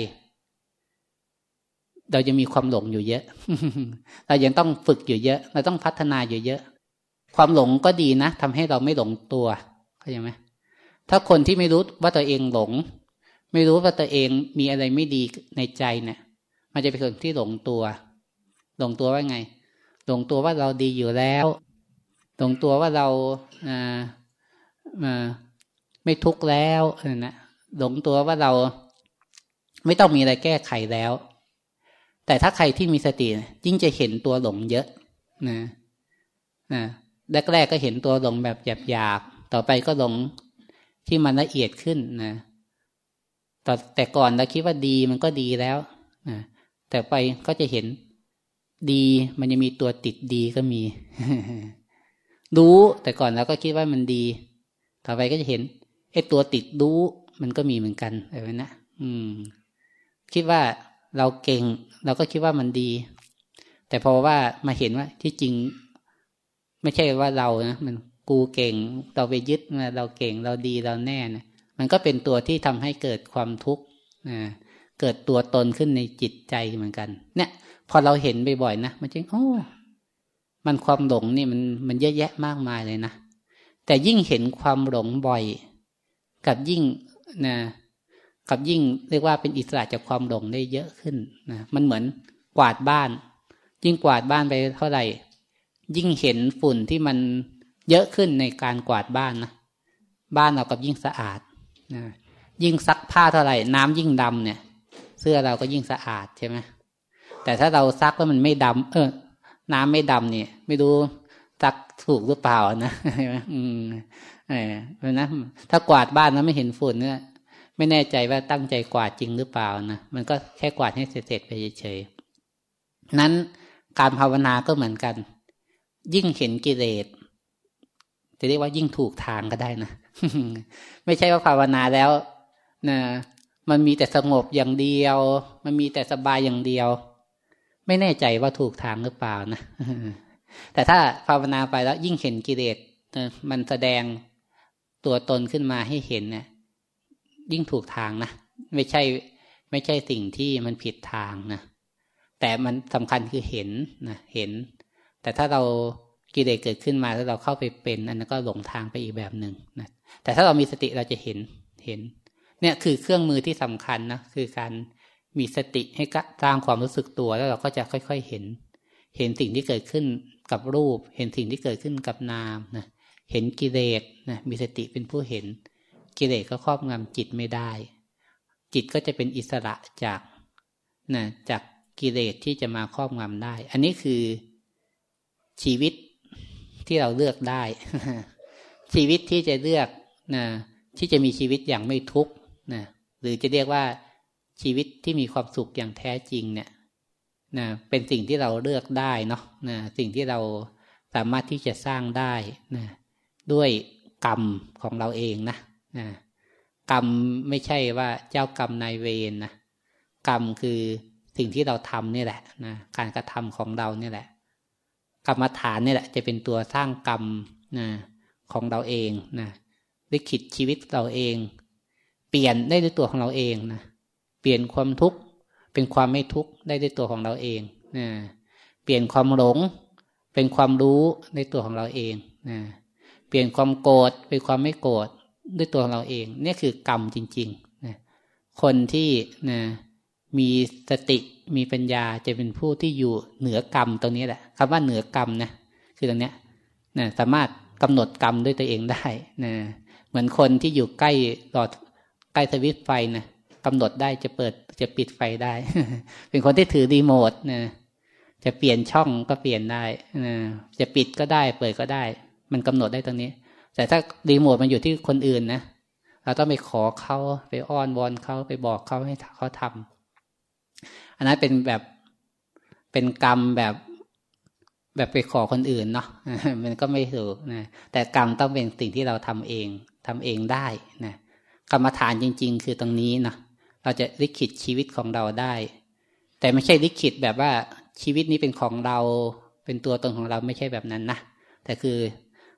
เราจะมีความหลงอยู่เยอะ เรายังต้องฝึกอยู่เยอะเราต้องพัฒนาอยู่เยอะความหลงก็ดีนะทำให้เราไม่หลงตัวเข้าใจไหมถ้าคนที่ไม่รู้ว่าตัวเองหลงไม่รู้ว่าตัวเองมีอะไรไม่ดีในใจเนี่ยมันจะเป็นคนที่หลงตัวหลงตัวว่าไงหลงตัวว่าเราดีอยู่แล้วหลงตัวว่าเราอ่าอ่าไม่ทุกข์แล้วนะหลงตัวว่าเราไม่ต้องมีอะไรแก้ไขแล้วแต่ถ้าใครที่มีสติยิ่งจะเห็นตัวหลงเยอะนะนะแรกๆก็เห็นตัวหลงแบบหยาบๆต่อไปก็หลงที่มันละเอียดขึ้นนะแต่แต่ก่อนเราคิดว่าดีมันก็ดีแล้วนะแต่ไปก็จะเห็นดีมันจะมีตัวติดดีก็มี รู้แต่ก่อนเราก็คิดว่ามันดีต่อไปก็จะเห็นไอ้ตัวติดรู้มันก็มีเหมือนกันอะไรนะอืมคิดว่าเราเก่งเราก็คิดว่ามันดีแต่พอว่ามาเห็นว่าที่จริงไม่ใช่ว่าเรานะมันกูเก่งเราไปยึดมาเราเก่งเราดีเราแน่นะมันก็เป็นตัวที่ทำให้เกิดความทุกข์นะเกิดตัวตนขึ้นในจิตใจเหมือนกันเนี่ยพอเราเห็นบ่อยๆนะมันจริงโอ้มันความหลงนี่มันมันเยอะแยะมากมายเลยนะแต่ยิ่งเห็นความหลงบ่อยกับยิ่งนะกับยิ่งเรียกว่าเป็นอิสระจากความหลงได้เยอะขึ้นนะมันเหมือนกวาดบ้านยิ่งกวาดบ้านไปเท่าไหร่ยิ่งเห็นฝุ่นที่มันเยอะขึ้นในการกวาดบ้านนะบ้านเรากับยิ่งสะอาดนะยิ่งซักผ้าเท่าไหร่น้ำยิ่งดำเนี่ยเสื้อเราก็ยิ่งสะอาดใช่ไหมแต่ถ้าเราซักแล้วมันไม่ดำเออน้ำไม่ดำเนี่ยไม่รู้ซักถูกหรือเปล่านะใช่ไหมอืมเออเพราะนั้นถ้ากวาดบ้านแล้วไม่เห็นฝุ่นเนี่ยไม่แน่ใจว่าตั้งใจกวาดจริงหรือเปล่านะมันก็แค่กวาดให้เสร็จๆไปเฉยๆนั้นการภาวนาก็เหมือนกันยิ่งเห็นกิเลสจะเรียกว่ายิ่งถูกทางก็ได้นะ ไม่ใช่ว่าภาวนาแล้วนะมันมีแต่สงบอย่างเดียวมันมีแต่สบายอย่างเดียวไม่แน่ใจว่าถูกทางหรือเปล่านะ แต่ถ้าภาวนาไปแล้วยิ่งเห็นกิเลสมันแสดงตัวตนขึ้นมาให้เห็นเนี่ยยิ่งถูกทางนะไม่ใช่ไม่ใช่สิ่งที่มันผิดทางนะแต่มันสำคัญคือเห็นนะเห็นแต่ถ้าเรากิเลสเกิดขึ้นมาแล้วเราเข้าไปเป็นอันนั้นก็หลงทางไปอีกแบบหนึ่งนะแต่ถ้าเรามีสติเราจะเห็นเห็นเนี่ยคือเครื่องมือที่สำคัญนะคือการมีสติให้สร้างความรู้สึกตัวแล้วเราก็จะค่อยๆเห็นเห็นสิ่งที่เกิดขึ้นกับรูปเห็นสิ่งที่เกิดขึ้นกับนามนะเห็นกิเลสนะมีสติเป็นผู้เห็นกิเลสก็ครอบงำจิตไม่ได้จิตก็จะเป็นอิสระจากนะจากกิเลสที่จะมาครอบงำได้อันนี้คือชีวิตที่เราเลือกได้ ชีวิตที่จะเลือกนะที่จะมีชีวิตอย่างไม่ทุกข์นะหรือจะเรียกว่าชีวิตที่มีความสุขอย่างแท้จริงเนี่ยนะเป็นสิ่งที่เราเลือกได้เนาะนะสิ่งที่เราสามารถที่จะสร้างได้นะด้วยกรรมของเราเองนะนะกรรมไม่ใช่ว่าเจ้ากรรมนายเวรนะกรรมคือสิ่งที่เราทำนี่แหละนะการกระทำของเราเนี่ยแหละกรรมฐานนี่แหละจะเป็นตัวสร้างกรรมนะของเราเองนะลิขิตชีวิตเราเองเปลี่ยนได้ด้วยตัวของเราเองนะเปลี่ยนความทุกข์เป็นความไม่ทุกข์ได้ด้วยตัวของเราเองนะเปลี่ยนความหลงเป็นความรู้ในตัวของเราเองนะเปลี่ยนความโกรธเป็นความไม่โกรธด้วยตัวของเราเองนี่คือกรรมจริงๆนะคนที่นะมีสติมีปัญญาจะเป็นผู้ที่อยู่เหนือกรรมตรงนี้แหละคำว่าเหนือกรรมนะคือตรงเนี้ยนะสามารถกำหนดกรรมด้วยตัวเองได้นะเหมือนคนที่อยู่ใกล้หลอดใกล้สวิตช์ไฟนะกำหนดได้จะเปิดจะปิดไฟได้ เป็นคนที่ถือรีโมทนะจะเปลี่ยนช่องก็เปลี่ยนได้นะจะปิดก็ได้เปิดก็ได้มันกำหนดได้ตรงนี้แต่ถ้ารีโมทมันอยู่ที่คนอื่นนะเราต้องไปขอเขาไปอ้อนวอนเขาไปบอกเขาให้เขาทำอันนั้นเป็นแบบเป็นกรรมแบบแบบไปขอคนอื่นเนาะ มันก็ไม่ถูกนะแต่กรรมต้องเป็นสิ่งที่เราทำเองทำเองได้นะกรรมฐานจริงๆคือตรงนี้นะเราจะลิขิตชีวิตของเราได้แต่ไม่ใช่ลิขิตแบบว่าชีวิตนี้เป็นของเราเป็นตัวตนของเราไม่ใช่แบบนั้นนะแต่คือ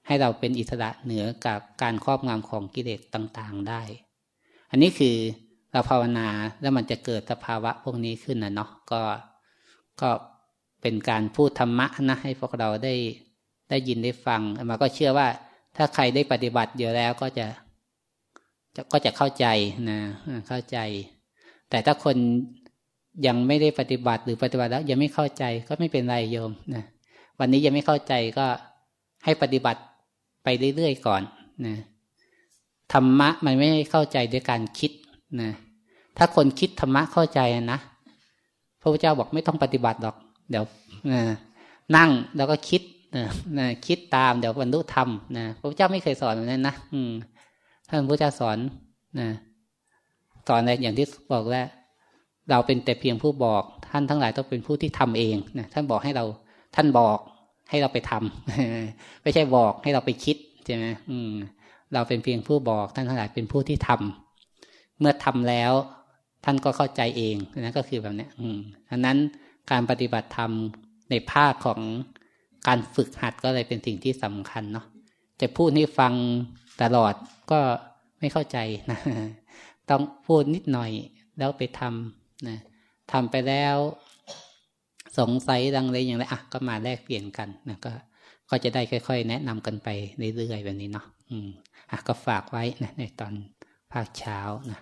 ให้เราเป็นอิสระเหนือกับการครอบงำของกิเลสต่างๆได้อันนี้คือเราภาวนาแล้วมันจะเกิดสภาวะพวกนี้ขึ้นนะเนาะก็ก็เป็นการพูดธรรมะนะให้พวกเราได้ได้ยินได้ฟังมาก็เชื่อว่าถ้าใครได้ปฏิบัติเยอะแล้วก็จะจะก็จะเข้าใจนะเข้าใจแต่ถ้าคนยังไม่ได้ปฏิบัติหรือปฏิบัติแล้วยังไม่เข้าใจก็ไม่เป็นไรโยมนะวันนี้ยังไม่เข้าใจก็ให้ปฏิบัติไปเรื่อยๆก่อนนะธรรมะมันไม่เข้าใจด้วยการคิดนะถ้าคนคิดธรรมะเข้าใจนะพระพุทธเจ้าบอกไม่ต้องปฏิบัติหรอกเดี๋ยวนะนั่งแล้วก็คิดนะนะคิดตามเดี๋ยวบรรลุธรรมนะพระพุทธเจ้าไม่เคยสอนแบบนั้นนะอืมท่านพระพุทธเจ้าสอนนะสอนอะไรอย่างที่บอกแล้วเราเป็นแต่เพียงผู้บอกท่านทั้งหลายต้องเป็นผู้ที่ทำเองนะท่านบอกให้เราท่านบอกให้เราไปทำ ไม่ใช่บอกให้เราไปคิดใช่ไหมอืมเราเป็นเพียงผู้บอกท่านทั้งหลายเป็นผู้ที่ทำเมื่อทำแล้วท่านก็เข้าใจเองนะก็คือแบบนี้อืมอันนั้นการปฏิบัติธรรมในภาคของการฝึกหัดก็เลยเป็นสิ่งที่สำคัญเนาะจะพูดให้ฟังตลอดก็ไม่เข้าใจนะต้องพูดนิดหน่อยแล้วไปทำนะทำไปแล้วสงสัยดังเลยอย่างไรอ่ะก็มาแลกเปลี่ยนกันนะก็ก็จะได้ค่อยๆแนะนำกันไปเรื่อยๆแบบนี้เนาะอืมอ่ะก็ฝากไว้นะในตอนภาคเช้านะ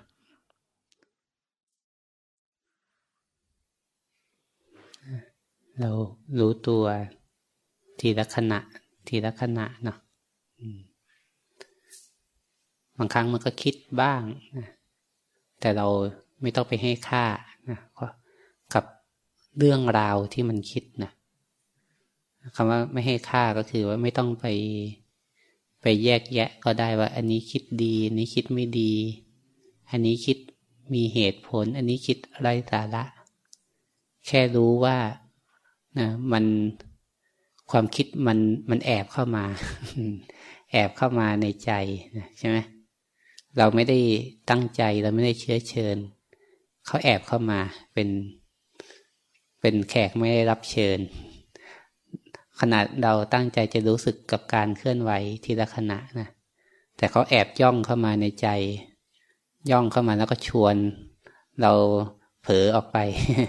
เรารู้ตัวทีละขณะทีละขณะเนาะบางครั้งมันก็คิดบ้างนะแต่เราไม่ต้องไปให้ค่านะกับเรื่องราวที่มันคิดนะคำว่าไม่ให้ค่าก็คือว่าไม่ต้องไปไปแยกแยะก็ได้ว่าอันนี้คิดดีอันนี้คิดไม่ดีอันนี้คิดมีเหตุผลอันนี้คิดไร้สาระแค่รู้ว่านะมันความคิดมันมันแอบเข้ามาแอบเข้ามาในใจนะใช่ไหมเราไม่ได้ตั้งใจเราไม่ได้เชื้อเชิญเขาแอบเข้ามาเป็นเป็นแขกไม่ได้รับเชิญขนาดเราตั้งใจจะรู้สึกกับการเคลื่อนไหวทีละขณะนะแต่เขาแอบย่องเข้ามาในใจย่องเข้ามาแล้วก็ชวนเราเผลอออกไป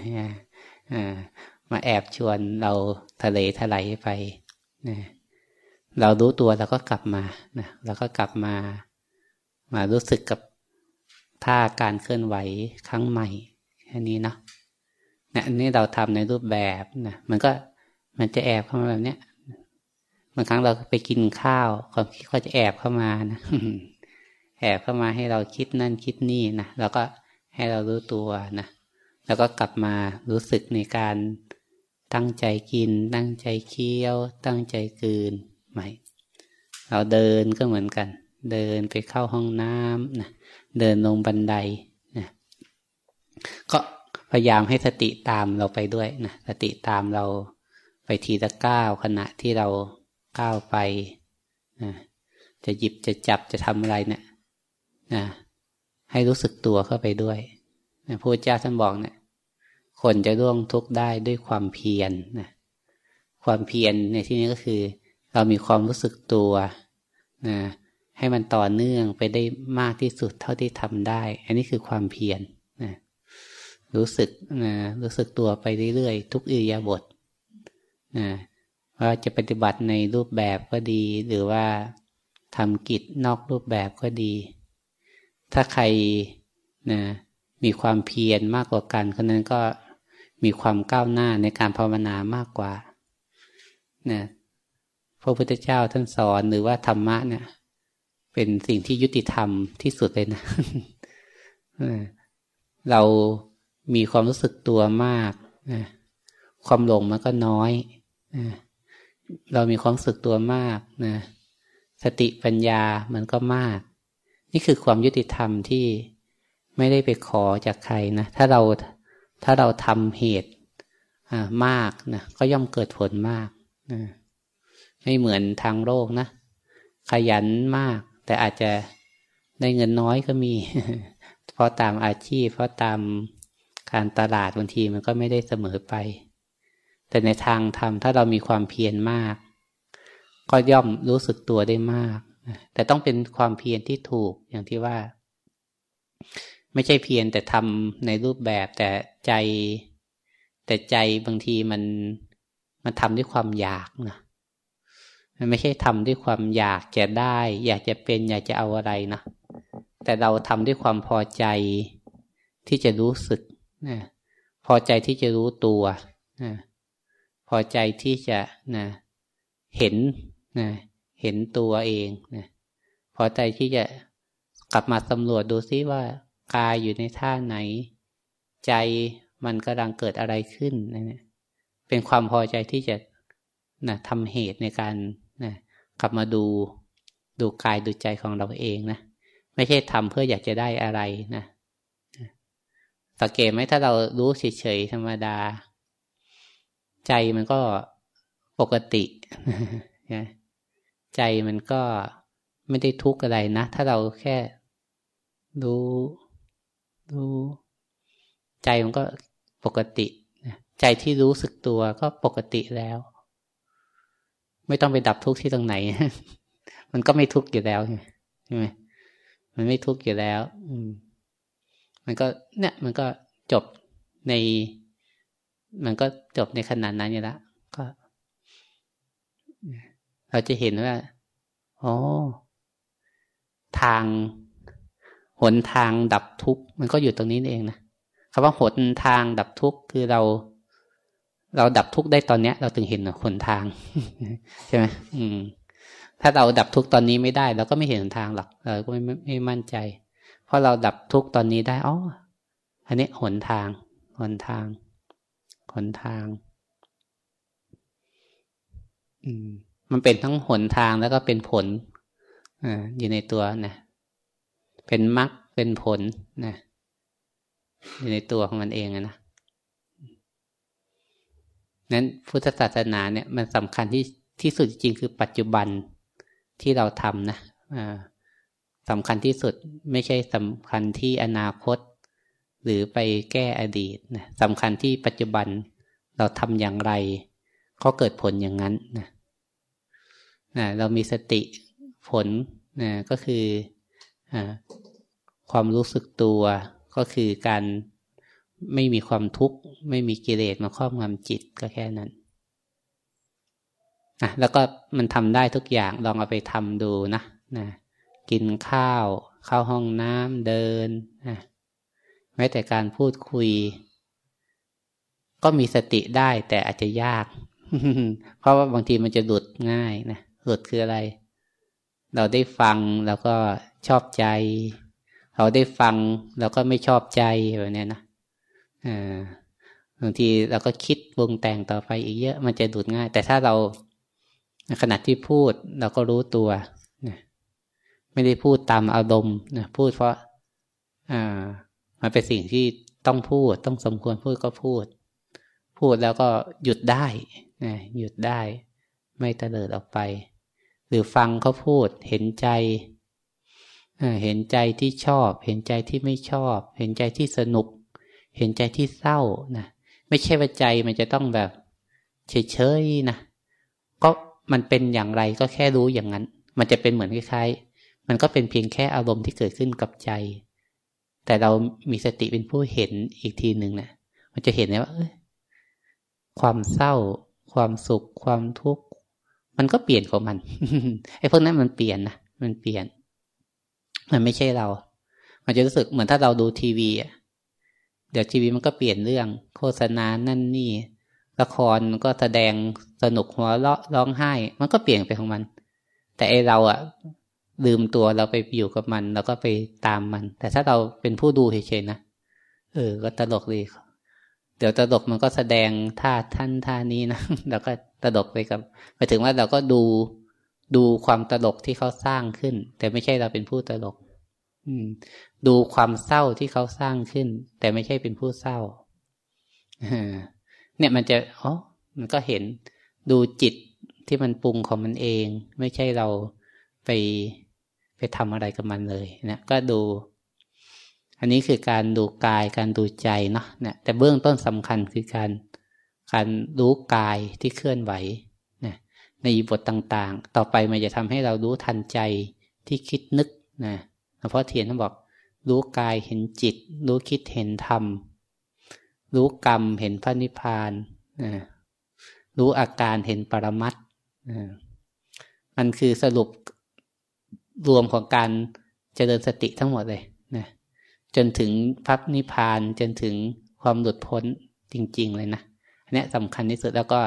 มาแอบชวนเราทะเลทลายไปนะเรารู้ตัวเราก็กลับมานะเราก็กลับมามารู้สึกกับท่าการเคลื่อนไหวครั้งใหม่แค่นี้เนาะนะอันนี้เราทำในรูปแบบนะมันก็มันจะแอบเข้ามาแบบเนี้ยบางครั้งเราไปกินข้าวความคิดก็จะแอบเข้ามานะ แอบเข้ามาให้เราคิดนั่นคิดนี่นะแล้วก็ให้เรารู้ตัวนะแล้วก็กลับมารู้สึกในการตั้งใจกินตั้งใจเคี้ยวตั้งใจกลืนใหม่เราเดินก็เหมือนกันเดินไปเข้าห้องน้ำนะเดินลงบันไดนะก็พยายามให้สติตามเราไปด้วยนะสติตามเราไปทีละก้าวขณะที่เราก้าวไปนะจะหยิบจะจับจะทำอะไรเนี่ยนะให้รู้สึกตัวเข้าไปด้วยนะพระพุทธเจ้าท่านบอกเนี่ยคนจะร่วงทุกข์ได้ด้วยความเพียรนะความเพียรในที่นี้ก็คือเรามีความรู้สึกตัวนะให้มันต่อเนื่องไปได้มากที่สุดเท่าที่ทำได้อันนี้คือความเพียรนะรู้สึกนะรู้สึกตัวไปเรื่อยๆทุกอิริยาบถนะว่าจะปฏิบัติในรูปแบบก็ดีหรือว่าทำกิจนอกรูปแบบก็ดีถ้าใครนะมีความเพียรมากกว่ากันคนนั้นก็มีความก้าวหน้าในการภาวนามากกว่านะพระพุทธเจ้าท่านสอนหรือว่าธรรมะเนี่ยเป็นสิ่งที่ยุติธรรมที่สุดเลยนะ เรามีความรู้สึกตัวมากนะความหลงมันก็น้อยนะเรามีความรู้สึกตัวมากนะสติปัญญามันก็มากนี่คือความยุติธรรมที่ไม่ได้ไปขอจากใครนะถ้าเราถ้าเราทำเหตุมากนะก็ย่อมเกิดผลมากนะไม่เหมือนทางโลกนะขยันมากแต่อาจจะได้เงินน้อยก็มี เพราะตามอาชีพเพราะตามการตลาดบางทีมันก็ไม่ได้เสมอไปแต่ในทางธรรมถ้าเรามีความเพียรมากก็ย่อมรู้สึกตัวได้มากนะแต่ต้องเป็นความเพียรที่ถูกอย่างที่ว่าไม่ใช่เพียรแต่ทำในรูปแบบแต่ใจแต่ใจบางทีมันมันทำด้วยความอยากนะมันไม่ใช่ทำด้วยความอยากจะได้อยากจะเป็นอยากจะเอาอะไรนะแต่เราทำด้วยความพอใจที่จะรู้สึกนะพอใจที่จะรู้ตัวนะพอใจที่จะนะเห็นนะเห็นตัวเองนะพอใจที่จะกลับมาสำรวจดูซิว่ากายอยู่ในท่าไหนใจมันกำลังเกิดอะไรขึ้นนะเป็นความพอใจที่จะนะทำเหตุในการนะกลับมาดูดูกายดูใจของเราเองนะไม่ใช่ทำเพื่ออยากจะได้อะไรนะสังเกตไหมถ้าเรารู้เฉยๆธรรมดาใจมันก็ปกตินะใจมันก็ไม่ได้ทุกข์อะไรนะถ้าเราแค่ดูดูใจมันก็ปกติใจที่รู้สึกตัวก็ปกติแล้วไม่ต้องไปดับทุกข์ที่ตรงไหน มันก็ไม่ทุกข์อยู่แล้วใช่ไหมมันไม่ทุกข์อยู่แล้วอืมมันก็เนี่ยมันก็จบในมันก็จบในขนาดนั้นอยู่แล้วก็เราจะเห็นว่าอ๋อทางหนทางดับทุกข์มันก็อยู่ตรงนี้เองนะคำว่าหนทางดับทุกข์คือเราเราดับทุกข์ได้ตอนเนี้ยเราถึงเห็นหนทางใช่ไหมอืมถ้าเราดับทุกข์ตอนนี้ไม่ได้เราก็ไม่เห็นหนทางหรอกเราก็ไม่ไม่มั่นใจเพราะเราดับทุกข์ตอนนี้ได้อ๋ออันนี้หนทางหนทางหนทางอืมมันเป็นทั้งหนทางแล้วก็เป็นผลอ่าอยู่ในตัวนะเป็นมรรคเป็นผลนะอยู่ในตัวของมันเองนะนั้นพุทธศาสนาเนี่ยมันสำคัญที่ที่สุดจริงๆคือปัจจุบันที่เราทำนะอ่าสำคัญที่สุดไม่ใช่สำคัญที่อนาคตหรือไปแก้อดีตนะสำคัญที่ปัจจุบันเราทำอย่างไรก็เกิดผลอย่างนั้นนะนะเรามีสติผลนะก็คืออ่าความรู้สึกตัวก็คือการไม่มีความทุกข์ไม่มีกิเลสมาครอบงำจิตก็แค่นั้นนะแล้วก็มันทำได้ทุกอย่างลองเอาไปทำดูนะนะกินข้าวเข้าห้องน้ำเดินนะแม้แต่การพูดคุยก็มีสติได้แต่อาจจะยาก เพราะว่าบางทีมันจะหลุดง่ายนะหลุดคืออะไรเราได้ฟังแล้วก็ชอบใจเราได้ฟังแล้วก็ไม่ชอบใจแบบนี้นะอ่าบางทีเราก็คิดปรุงแต่งต่อไปอีกเยอะมันจะหลุดง่ายแต่ถ้าเราขณะที่พูดเราก็รู้ตัวนะไม่ได้พูดตามอารมณ์นะพูดเพราะอ่ามันเป็นสิ่งที่ต้องพูดต้องสมควรพูดก็พูดพูดแล้วก็หยุดได้นะหยุดได้ไม่เตลิดออกไปหรือฟังเขาพูดเห็นใจเห็นใจที่ชอบเห็นใจที่ไม่ชอบเห็นใจที่สนุกเห็นใจที่เศร้านะไม่ใช่ว่าใจมันจะต้องแบบเฉยๆนะก็มันเป็นอย่างไรก็แค่รู้อย่างนั้นมันจะเป็นเหมือนคล้ายๆมันก็เป็นเพียงแค่อารมณ์ที่เกิดขึ้นกับใจแต่เรามีสติเป็นผู้เห็นอีกทีหนึ่งนะมันจะเห็นเลยว่าเอ้ยความเศร้าความสุขความทุกข์มันก็เปลี่ยนของมัน ไอ้พวกนั้นมันเปลี่ยนนะมันเปลี่ยนมันไม่ใช่เรามันจะรู้สึกเหมือนถ้าเราดูทีวีอ่ะเดี๋ยวทีวีมันก็เปลี่ยนเรื่องโฆษณานั่นนี่ละครมันก็แสดงสนุกหัวเราะร้องไห้มันก็เปลี่ยนไปของมันแต่ไอเราอ่ะลืมตัวเราไปอยู่กับมันแล้วก็ไปตามมันแต่ถ้าเราเป็นผู้ดูเฉยๆนะเออก็ตลกดีเดี๋ยวตลกมันก็แสดงท่าท่านท่านี้นะเราก็ตลกไปกับหมายถึงว่าเราก็ดูดูความตลกที่เขาสร้างขึ้นแต่ไม่ใช่เราเป็นผู้ตลกอืมดูความเศร้าที่เขาสร้างขึ้นแต่ไม่ใช่เป็นผู้เศร้าเนี่ยมันจะอ๋อมันก็เห็นดูจิตที่มันปรุงของมันเองไม่ใช่เราไปไปทำอะไรกับมันเลยนะก็ดูอันนี้คือการดูกายการดูใจเนาะเนี่ยแต่เบื้องต้นสำคัญคือการการรู้กายที่เคลื่อนไหวนะในบทต่างๆต่อไปมันจะทำให้เรารู้ทันใจที่คิดนึกนะหลวงพ่อเทียนท่านบอกรู้กายเห็นจิตรู้คิดเห็นธรรมรู้กรรมเห็นพระนิพพานนะรู้อาการเห็นปรมัตถ์นะมันคือสรุปรวมของการเจริญสติทั้งหมดเลยนะจนถึงพระนิพพานจนถึงความหลุดพ้นจริงๆเลยนะอันนี้สำคัญที่สุดแล้วก็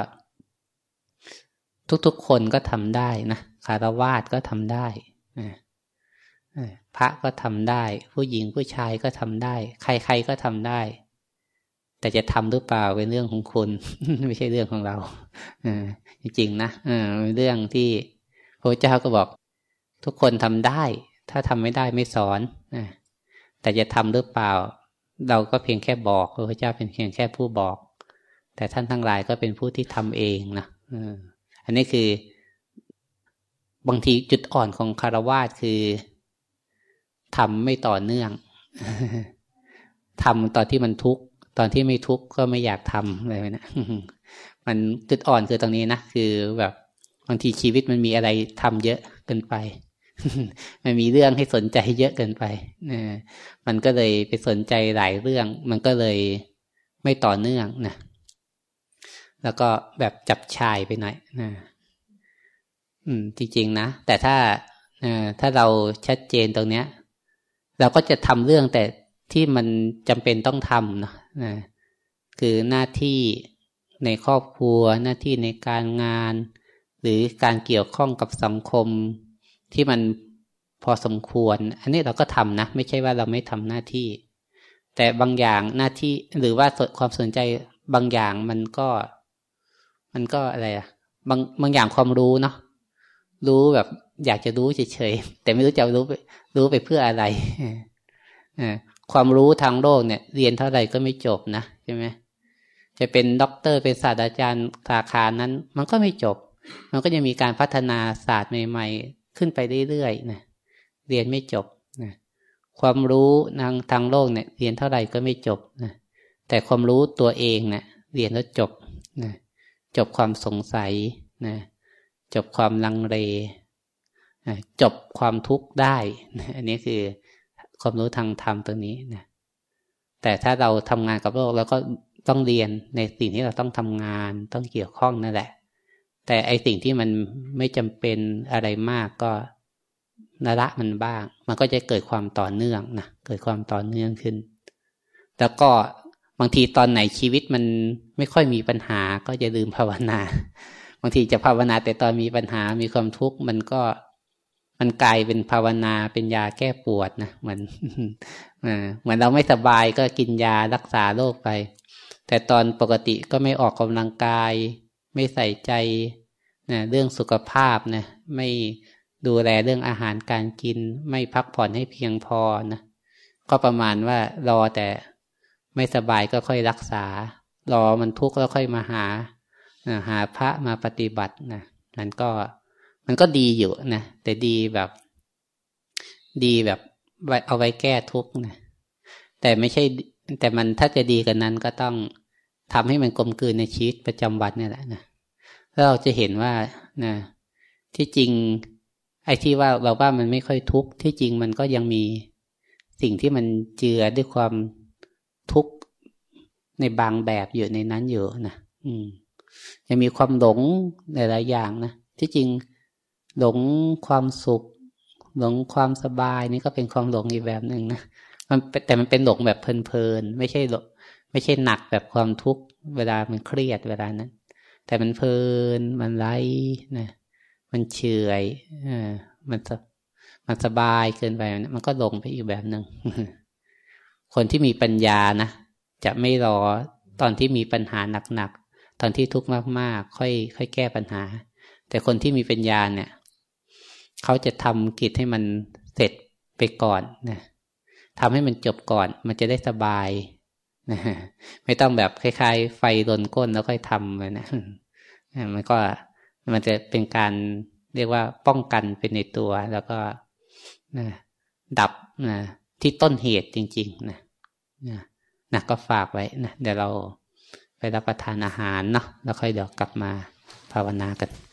ทุกๆคนก็ทำได้นะคฤหัสถ์ก็ทำได้นะพระก็ทำได้ผู้หญิงผู้ชายก็ทำได้ใครๆก็ทำได้แต่จะทำหรือเปล่าเป็นเรื่องของคุณ ไม่ใช่เรื่องของเราจริงๆนะเป็นเรื่องที่พระเจ้าก็บอกทุกคนทำได้ถ้าทำไม่ได้ไม่สอนแต่จะทำหรือเปล่าเราก็เพียงแค่บอกพระเจ้าเป็นเพียงแค่ผู้บอกแต่ท่านทั้งหลายก็เป็นผู้ที่ทำเองนะอันนี้คือบางทีจุดอ่อนของคฤหัสถ์คือทำไม่ต่อเนื่อง ทำตอนที่มันทุกข์ตอนที่ไม่ทุกข์ก็ไม่อยากทำอะไรนะ มันจุดอ่อนคือตรงนี้นะคือแบบบางทีชีวิตมันมีอะไรทำเยอะเกินไป มันมีเรื่องให้สนใจเยอะเกินไปนะมันก็เลยไปสนใจหลายเรื่องมันก็เลยไม่ต่อเนื่องนะแล้วก็แบบจับชายไปหน่อยนะอืมจริงๆนะแต่ถ้าถ้าเราชัดเจนตรงเนี้ยเราก็จะทำเรื่องแต่ที่มันจำเป็นต้องทำนะนะคือหน้าที่ในครอบครัวหน้าที่ในการงานหรือการเกี่ยวข้องกับสังคมที่มันพอสมควรอันนี้เราก็ทำนะไม่ใช่ว่าเราไม่ทำหน้าที่แต่บางอย่างหน้าที่หรือว่าความสนใจบางอย่างมันก็มันก็อะไรอะบางบางอย่างความรู้เนาะรู้แบบอยากจะรู้เฉยๆแต่ไม่รู้จะรู้ไปรู้ไปเพื่ออะไรความรู้ทางโลกเนี่ยเรียนเท่าไหร่ก็ไม่จบนะใช่ไหมจะเป็นด็อกเตอร์เป็นศาสตราจารย์สาขานั้นมันก็ไม่จบมันก็จะมีการพัฒนาศาสตร์ใหม่ๆขึ้นไปเรื่อยๆนะเรียนไม่จบนะความรู้ทางทางโลกเนี่ยเรียนเท่าไหร่ก็ไม่จบนะแต่ความรู้ตัวเองเนี่ยเรียนแล้วจบนะจบความสงสัยนะจบความลังเลนะจบความทุกข์ได้นะอันนี้คือความรู้ทางธรรมตรงนี้นะแต่ถ้าเราทำงานกับโลกเราก็ต้องเรียนในสิ่งที่เราต้องทำงานต้องเกี่ยวข้องนั่นแหละแต่ไอสิ่งที่มันไม่จำเป็นอะไรมากก็ละมันบ้างมันก็จะเกิดความต่อเนื่องนะเกิดความต่อเนื่องขึ้นแล้วก็บางทีตอนไหนชีวิตมันไม่ค่อยมีปัญหาก็จะลืมภาวนาบางทีจะภาวนาแต่ตอนมีปัญหามีความทุกข์มันก็มันกลายเป็นภาวนาเป็นยาแก้ปวดนะเหมือนเหมือนเราไม่สบายก็กินยารักษาโรคไปแต่ตอนปกติก็ไม่ออกกำลังกายไม่ใส่ใจนะเรื่องสุขภาพนะไม่ดูแลเรื่องอาหารการกินไม่พักผ่อนให้เพียงพอนะก็ประมาณว่ารอแต่ไม่สบายก็ค่อยรักษารอมันทุกข์แล้วค่อยมาหาหาพระมาปฏิบัตินะมันก็มันก็ดีอยู่นะแต่ดีแบบดีแบบเอาไว้แก้ทุกข์นะแต่ไม่ใช่แต่มันถ้าจะดีกันนั้นก็ต้องทำให้มันกลมกลืนในชีวิตประจำวันนี่แหละนะแล้วเราจะเห็นว่านะที่จริงไอ้ที่ว่าเราว่ามันไม่ค่อยทุกข์ที่จริงมันก็ยังมีสิ่งที่มันเจือด้วยความทุกข์ในบางแบบอยู่ในนั้นอยู่นะอืมยังมีความหลงหลายๆอย่างนะที่จริงหลงความสุขหลงความสบายนี่ก็เป็นความหลงอีกแบบนึงนะมันแต่มันเป็นหลงแบบเพลินๆไม่ใช่หลงไม่ใช่หนักแบบความทุกข์เวลามันเครียดเวลานั้นแต่มันเพลินมันไร้นะมันเฉยเออมันมันสบายเกินไปมันก็หลงไปอีกแบบนึง คนที่มีปัญญานะจะไม่รอตอนที่มีปัญหาหนักๆตอนที่ทุกข์มากๆค่อยค่อยแก้ปัญหาแต่คนที่มีปัญญาเนี่ยเขาจะทำกิจให้มันเสร็จไปก่อนนะทำให้มันจบก่อนมันจะได้สบายนะไม่ต้องแบบคล้ายๆไฟโดนก้นแล้วค่อยทำเลยนะมันก็มันจะเป็นการเรียกว่าป้องกันเป็นในตัวแล้วก็นะดับนะที่ต้นเหตุจริงๆนะนะนะก็ฝากไว้นะเดี๋ยวเราไปรับประทานอาหารเนาะแล้วค่อยเดี๋ยวกลับมาภาวนากัน